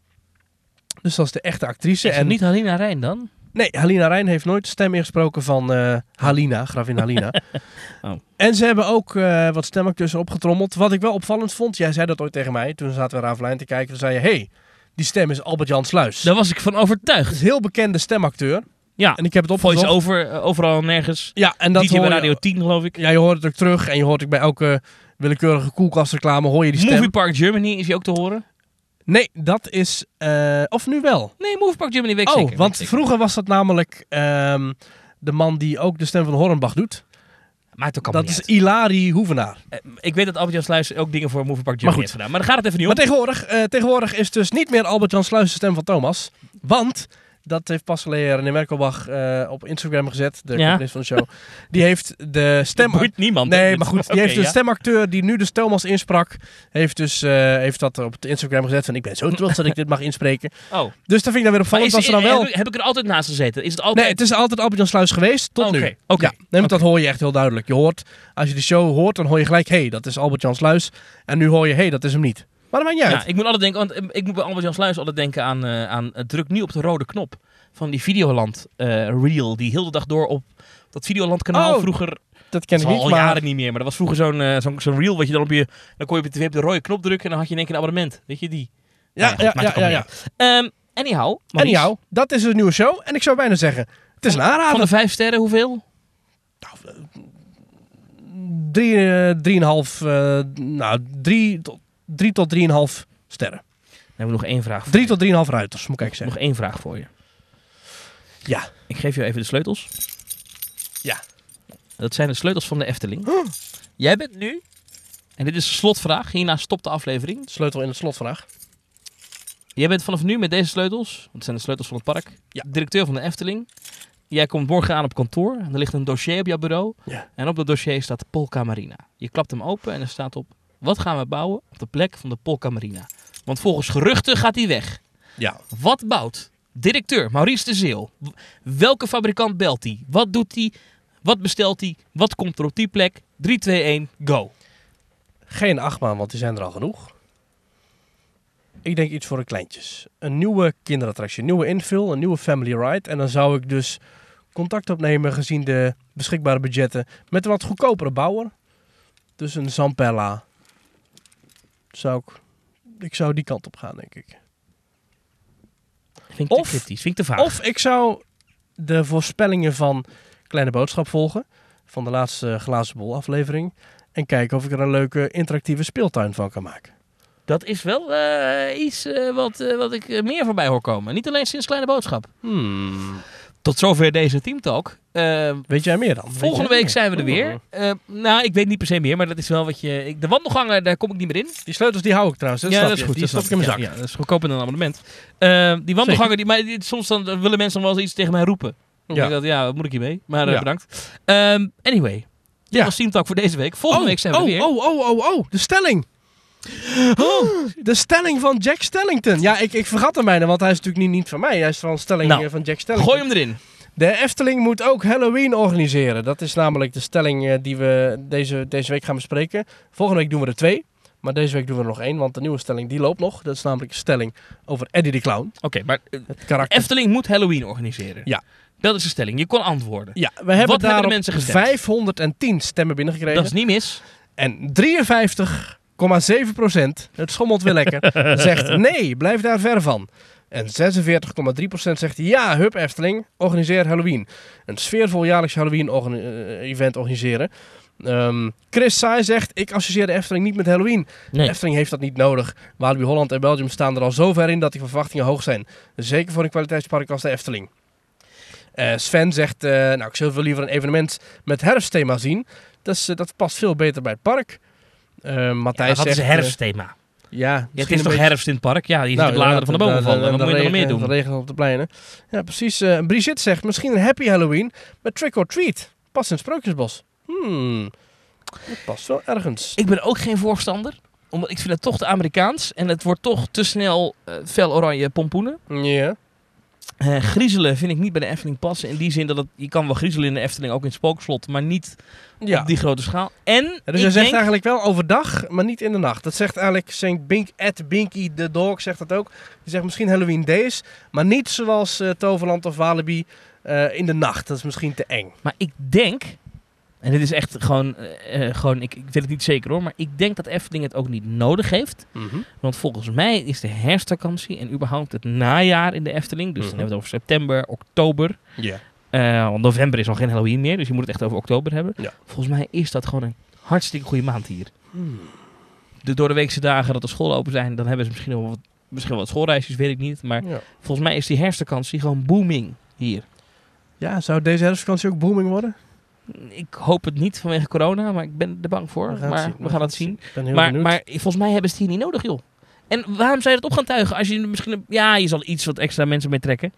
Dus dat is de echte actrice. Is het en niet Halina Rijn dan? Nee, Halina Rijn heeft nooit de stem ingesproken van uh, Halina, gravin Halina. oh. En ze hebben ook uh, wat stemacteurs opgetrommeld. Wat ik wel opvallend vond, jij zei dat ooit tegen mij. Toen zaten we Ravelijn te kijken. Toen zei je, hey, die stem is Albert-Jan Sluis. Daar was ik van overtuigd. Dat is een heel bekende stemacteur. Ja, en ik heb het opgezocht. Voice over, uh, overal nergens. Ja, en dat D J bij hoor Radio tien, geloof ik. Ja, je hoort het ook terug. En je hoort ook bij elke willekeurige koelkastreclame hoor je die stem. Movie Park Germany is je ook te horen? Nee, dat is... Uh, of nu wel? Nee, Movie Park Germany weet ik oh, zeker. want zeker. vroeger was dat namelijk um, de man die ook de stem van Hornbach doet. Maakt ook dat niet is uit. Ilari Hoevenaar. Uh, ik weet dat Albert-Jan Sluis ook dingen voor Movie Park Germany heeft gedaan. Maar daar gaat het even niet om. Maar tegenwoordig, uh, tegenwoordig is dus niet meer Albert-Jan Sluis de stem van Thomas. Want... Dat heeft pas geleden René Merkelbach uh, op Instagram gezet, de ja. componist van de show. Die heeft de stem... Dat boeit niemand. Nee, hè? maar goed. Die okay, heeft de ja. stemacteur die nu dus Thomas insprak, heeft dus uh, heeft dat op het Instagram gezet van ik ben zo trots dat ik dit mag inspreken. Oh. Dus dat vind ik dan weer opvallend. Is, was er dan wel... heb, heb ik er altijd naast gezeten? Is het altijd... Nee, het is altijd Albert-Jan Sluis geweest, tot oh, okay. nu. Oké. Okay. Ja, nee, okay. dat hoor je echt heel duidelijk. Je hoort, als je de show hoort, dan hoor je gelijk, hé, hey, dat is Albert-Jan Sluis. En nu hoor je, hé, hey, dat is hem niet. Maar dat maakt niet uit. Ja, ik moet altijd denken, want ik moet bij Albert-Jan Sluis altijd denken aan, uh, aan uh, druk nu op de rode knop. Van die Videoland uh, reel, die heel de dag door op dat Videoland kanaal oh, vroeger... Dat ken ik al niet, al maar... jaren niet meer, maar dat was vroeger zo'n uh, zo'n zo'n reel wat je dan op je... Dan kon je op de tv op de rode knop drukken en dan had je in één keer een abonnement. Weet je, die? Ja, nou ja, ja, goed, ja, ja, ja. Um, Anyhow, Maurice, Anyhow, dat is een nieuwe show. En ik zou bijna zeggen, het is een aanrader. van de vijf sterren hoeveel? Drie, uh, drieënhalf, uh, nou, drie tot, drie tot drieënhalf sterren. Dan hebben we nog één vraag voor Drie je. tot drieënhalf ruiters, moet ik zeggen. Nog één vraag voor je. Ja. Ik geef je even de sleutels. Ja. Dat zijn de sleutels van de Efteling. Oh. Jij bent nu, en dit is de slotvraag, hierna stopt de aflevering. Sleutel in de slotvraag. Jij bent vanaf nu met deze sleutels, dat zijn de sleutels van het park, ja. directeur van de Efteling. Jij komt morgen aan op kantoor en er ligt een dossier op jouw bureau. Ja. En op dat dossier staat Polka Marina. Je klapt hem open en er staat op, wat gaan we bouwen op de plek van de Polka Marina? Want volgens geruchten gaat die weg. Ja. Wat bouwt directeur Maurice de Zeeuw? Welke fabrikant belt hij? Wat doet hij? Wat bestelt hij? Wat komt er op die plek? drie, twee, één, go. Geen achtbaan, want die zijn er al genoeg. Ik denk iets voor de kleintjes. Een nieuwe kinderattractie, een nieuwe infill, een nieuwe family ride. En dan zou ik dus contact opnemen gezien de beschikbare budgetten met een wat goedkopere bouwer. Dus een Zampella. Zou ik, ik zou die kant op gaan, denk ik. Vind ik Of, te cryptisch, vind ik te vaag. of ik zou de voorspellingen van Kleine Boodschap volgen. Van de laatste Glazen Bol aflevering. En kijken of ik er een leuke interactieve speeltuin van kan maken. Dat is wel uh, iets uh, wat, uh, wat ik uh, meer voorbij hoor komen. Niet alleen sinds Kleine Boodschap. Hmm. Tot zover deze teamtalk. Uh, weet jij meer dan? Volgende week meer? zijn we er weer. Uh, nou, ik weet niet per se meer, maar dat is wel wat je... Ik, de wandelgangen, daar kom ik niet meer in. Die sleutels die hou ik trouwens. Dat ja, dat is goed. Die dat stop ik in mijn zak. Ja, ja, dat is goedkoper dan een abonnement. Uh, die wandelgangen, die, maar die, soms dan willen mensen dan wel eens iets tegen mij roepen. Dan ja. denk ik dat, ja, wat moet ik hiermee? Maar uh, ja. bedankt. Um, anyway. Dit ja. was teamtalk voor deze week. Volgende oh, week zijn we oh, weer. Oh, oh, oh, oh. De stelling. Oh, de stelling van Jack Stellington. Ja, ik, ik vergat hem bijna, want hij is natuurlijk niet, niet van mij. Hij is van een stelling nou, van Jack Stellington. Gooi hem erin. De Efteling moet ook Halloween organiseren. Dat is namelijk de stelling uh, die we deze, deze week gaan bespreken. Volgende week doen we er twee. Maar deze week doen we er nog één, want de nieuwe stelling die loopt nog. Dat is namelijk een stelling over Eddie de Clown. Oké, okay, maar uh, Efteling moet Halloween organiseren. Ja. Dat is de stelling. Je kon antwoorden. Ja, we hebben Wat daar hebben de mensen gestemd? vijfhonderdtien stemmen binnengekregen. Dat is niet mis. En drieënvijftig komma zeven procent, het schommelt weer lekker, zegt nee, blijf daar ver van. En zesenveertig komma drie procent zegt ja, hup Efteling, organiseer Halloween. Een sfeervol jaarlijks Halloween-event organiseren. Um, Chris Saai zegt, ik associeer de Efteling niet met Halloween. Nee. De Efteling heeft dat niet nodig. Walibi Holland en Belgium staan er al zo ver in dat die verwachtingen hoog zijn. Zeker voor een kwaliteitspark als de Efteling. Uh, Sven zegt, uh, nou ik zou veel liever een evenement met herfstthema zien. Dus, uh, dat past veel beter bij het park. Uh, Matthijs ja, wat zegt, is een herfstthema? Uh, ja, ja, het is toch beetje... herfst in het park? Ja, je ziet nou, de bladeren ja, van de bomen vallen. Wat moet je er nog meer doen? De regen op de pleinen. Ja, precies. Uh, Brigitte zegt, misschien een happy Halloween met trick or treat. Past in het Sprookjesbos. Hmm, dat past wel ergens. Ik ben ook geen voorstander. Omdat ik vind het toch te Amerikaans. En het wordt toch te snel uh, fel oranje pompoenen. Ja. Yeah. Uh, griezelen vind ik niet bij de Efteling passen. In die zin dat het, je kan wel griezelen in de Efteling, ook in het Spookslot, maar niet ja. op die grote schaal. En ja, dus hij zegt eigenlijk wel overdag, maar niet in de nacht. Dat zegt eigenlijk Saint Bink, at Binky the Dog zegt dat ook. Die zegt misschien Halloween Days, maar niet zoals uh, Toverland of Walibi uh, in de nacht. Dat is misschien te eng. Maar ik denk, en dit is echt gewoon, uh, gewoon ik, ik weet het niet zeker hoor, maar ik denk dat Efteling het ook niet nodig heeft. Mm-hmm. Want volgens mij is de herfstvakantie en überhaupt het najaar in de Efteling, dus mm-hmm. dan hebben we het over september, oktober. Yeah. Uh, want november is al geen Halloween meer, dus je moet het echt over oktober hebben. Ja. Volgens mij is dat gewoon een hartstikke goede maand hier. Hmm. De doordeweekse dagen dat de scholen open zijn, dan hebben ze misschien wel wat, misschien wel wat schoolreisjes, weet ik niet. Maar ja. volgens mij is die herfstvakantie gewoon booming hier. Ja, zou deze herfstvakantie ook booming worden? Ik hoop het niet vanwege corona, maar ik ben er bang voor. We gaan maar zien. we gaan het zien. zien. Maar, maar volgens mij hebben ze het hier niet nodig, joh. En waarom zou je dat op gaan tuigen? Als je misschien, ja, je zal iets wat extra mensen mee trekken.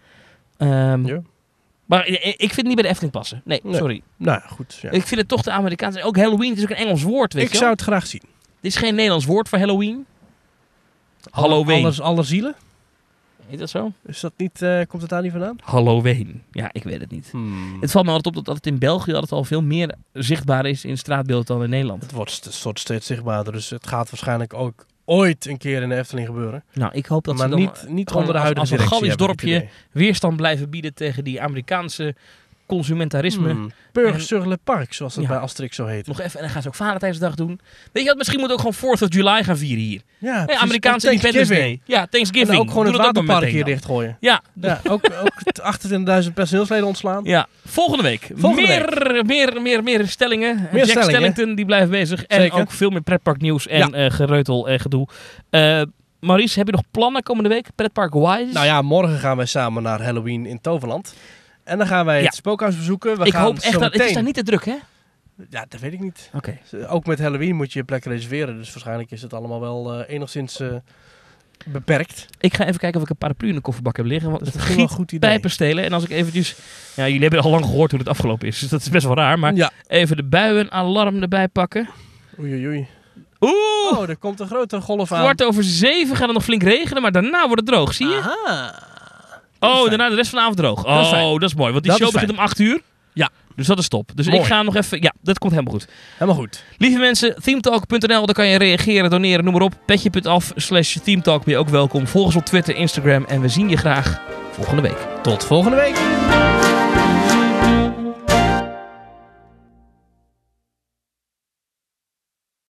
Um, ja. Maar ik vind het niet bij de Efteling passen. Nee, nee. sorry. Nou, goed. Ja. Ik vind het toch de Amerikaanse. Ook Halloween, het is ook een Engels woord, weet ik je zou het graag zien. Dit is geen Nederlands woord voor Halloween. Halloween. Alles, alle zielen? Is dat zo? Is dat niet, uh, komt het daar niet vandaan? Halloween. Ja, ik weet het niet. Hmm. Het valt me altijd op dat het in België altijd al veel meer zichtbaar is in straatbeeld dan in Nederland. Het wordt een soort steeds zichtbaarder, dus het gaat waarschijnlijk ook ooit een keer in de Efteling gebeuren. Nou, ik hoop dat maar ze dan niet, niet onder de huidige als, als een Gallisch dorpje idee. weerstand blijven bieden tegen die Amerikaanse consumentarisme. Hmm. Burgers sur le Park, zoals het Ja. bij Asterix zo heet. Nog even, en dan gaan ze ook Valentijnsdag doen. Weet je wat, misschien moet ook gewoon fourth of July gaan vieren hier. Ja, Hey, precies. Amerikaanse En Independence Thanksgiving. Day. Ja, Thanksgiving. En ook gewoon Doe het dat ook maar waterpark hier meteen dichtgooien. dan. Ja. Ja, ook, ook achtentwintigduizend personeelsleden ontslaan. Ja, volgende week. Volgende meer, week. Meer, meer, meer stellingen. Meer Jack stellingen. Stellington die blijft bezig. En Zeker. ook veel meer pretparknieuws en Ja. eh, gereutel en gedoe. Uh, Maurice, heb je nog plannen komende week? Pretpark Wise? Nou ja, morgen gaan wij samen naar Halloween in Toverland. En dan gaan wij Ja. het spookhuis bezoeken. We ik gaan hoop echt zo dat... Het is meteen- daar niet te druk, hè? Ja, dat weet ik niet. Oké. Ook met Halloween moet je je plek reserveren. Dus waarschijnlijk is het allemaal wel uh, enigszins uh, beperkt. Ik ga even kijken of ik een paraplu in de kofferbak heb liggen. Want Dat het is wel een giet goed idee. pijpen stelen. En als ik eventjes... Ja, jullie hebben al lang gehoord hoe het afgelopen is. Dus dat is best wel raar. Maar Ja. even de buienalarm erbij pakken. Oei, oei, oei. Oeh! Oh, er komt een grote golf aan. Kwart over zeven gaat het nog flink regenen. Maar daarna wordt het droog. Zie je? Aha. Oh, daarna de rest van de avond droog. Dat is Oh, fijn. dat is mooi. Want die Dat show is begint om acht uur. Ja. Dus dat is top. Dus Mooi. ik ga nog even... Ja, dat komt helemaal goed. Helemaal goed. Lieve mensen, themetalk punt n l, daar kan je reageren, doneren, noem maar op. petje punt af slash themetalk ben je ook welkom. Volg ons op Twitter, Instagram en we zien je graag volgende week. Tot volgende week.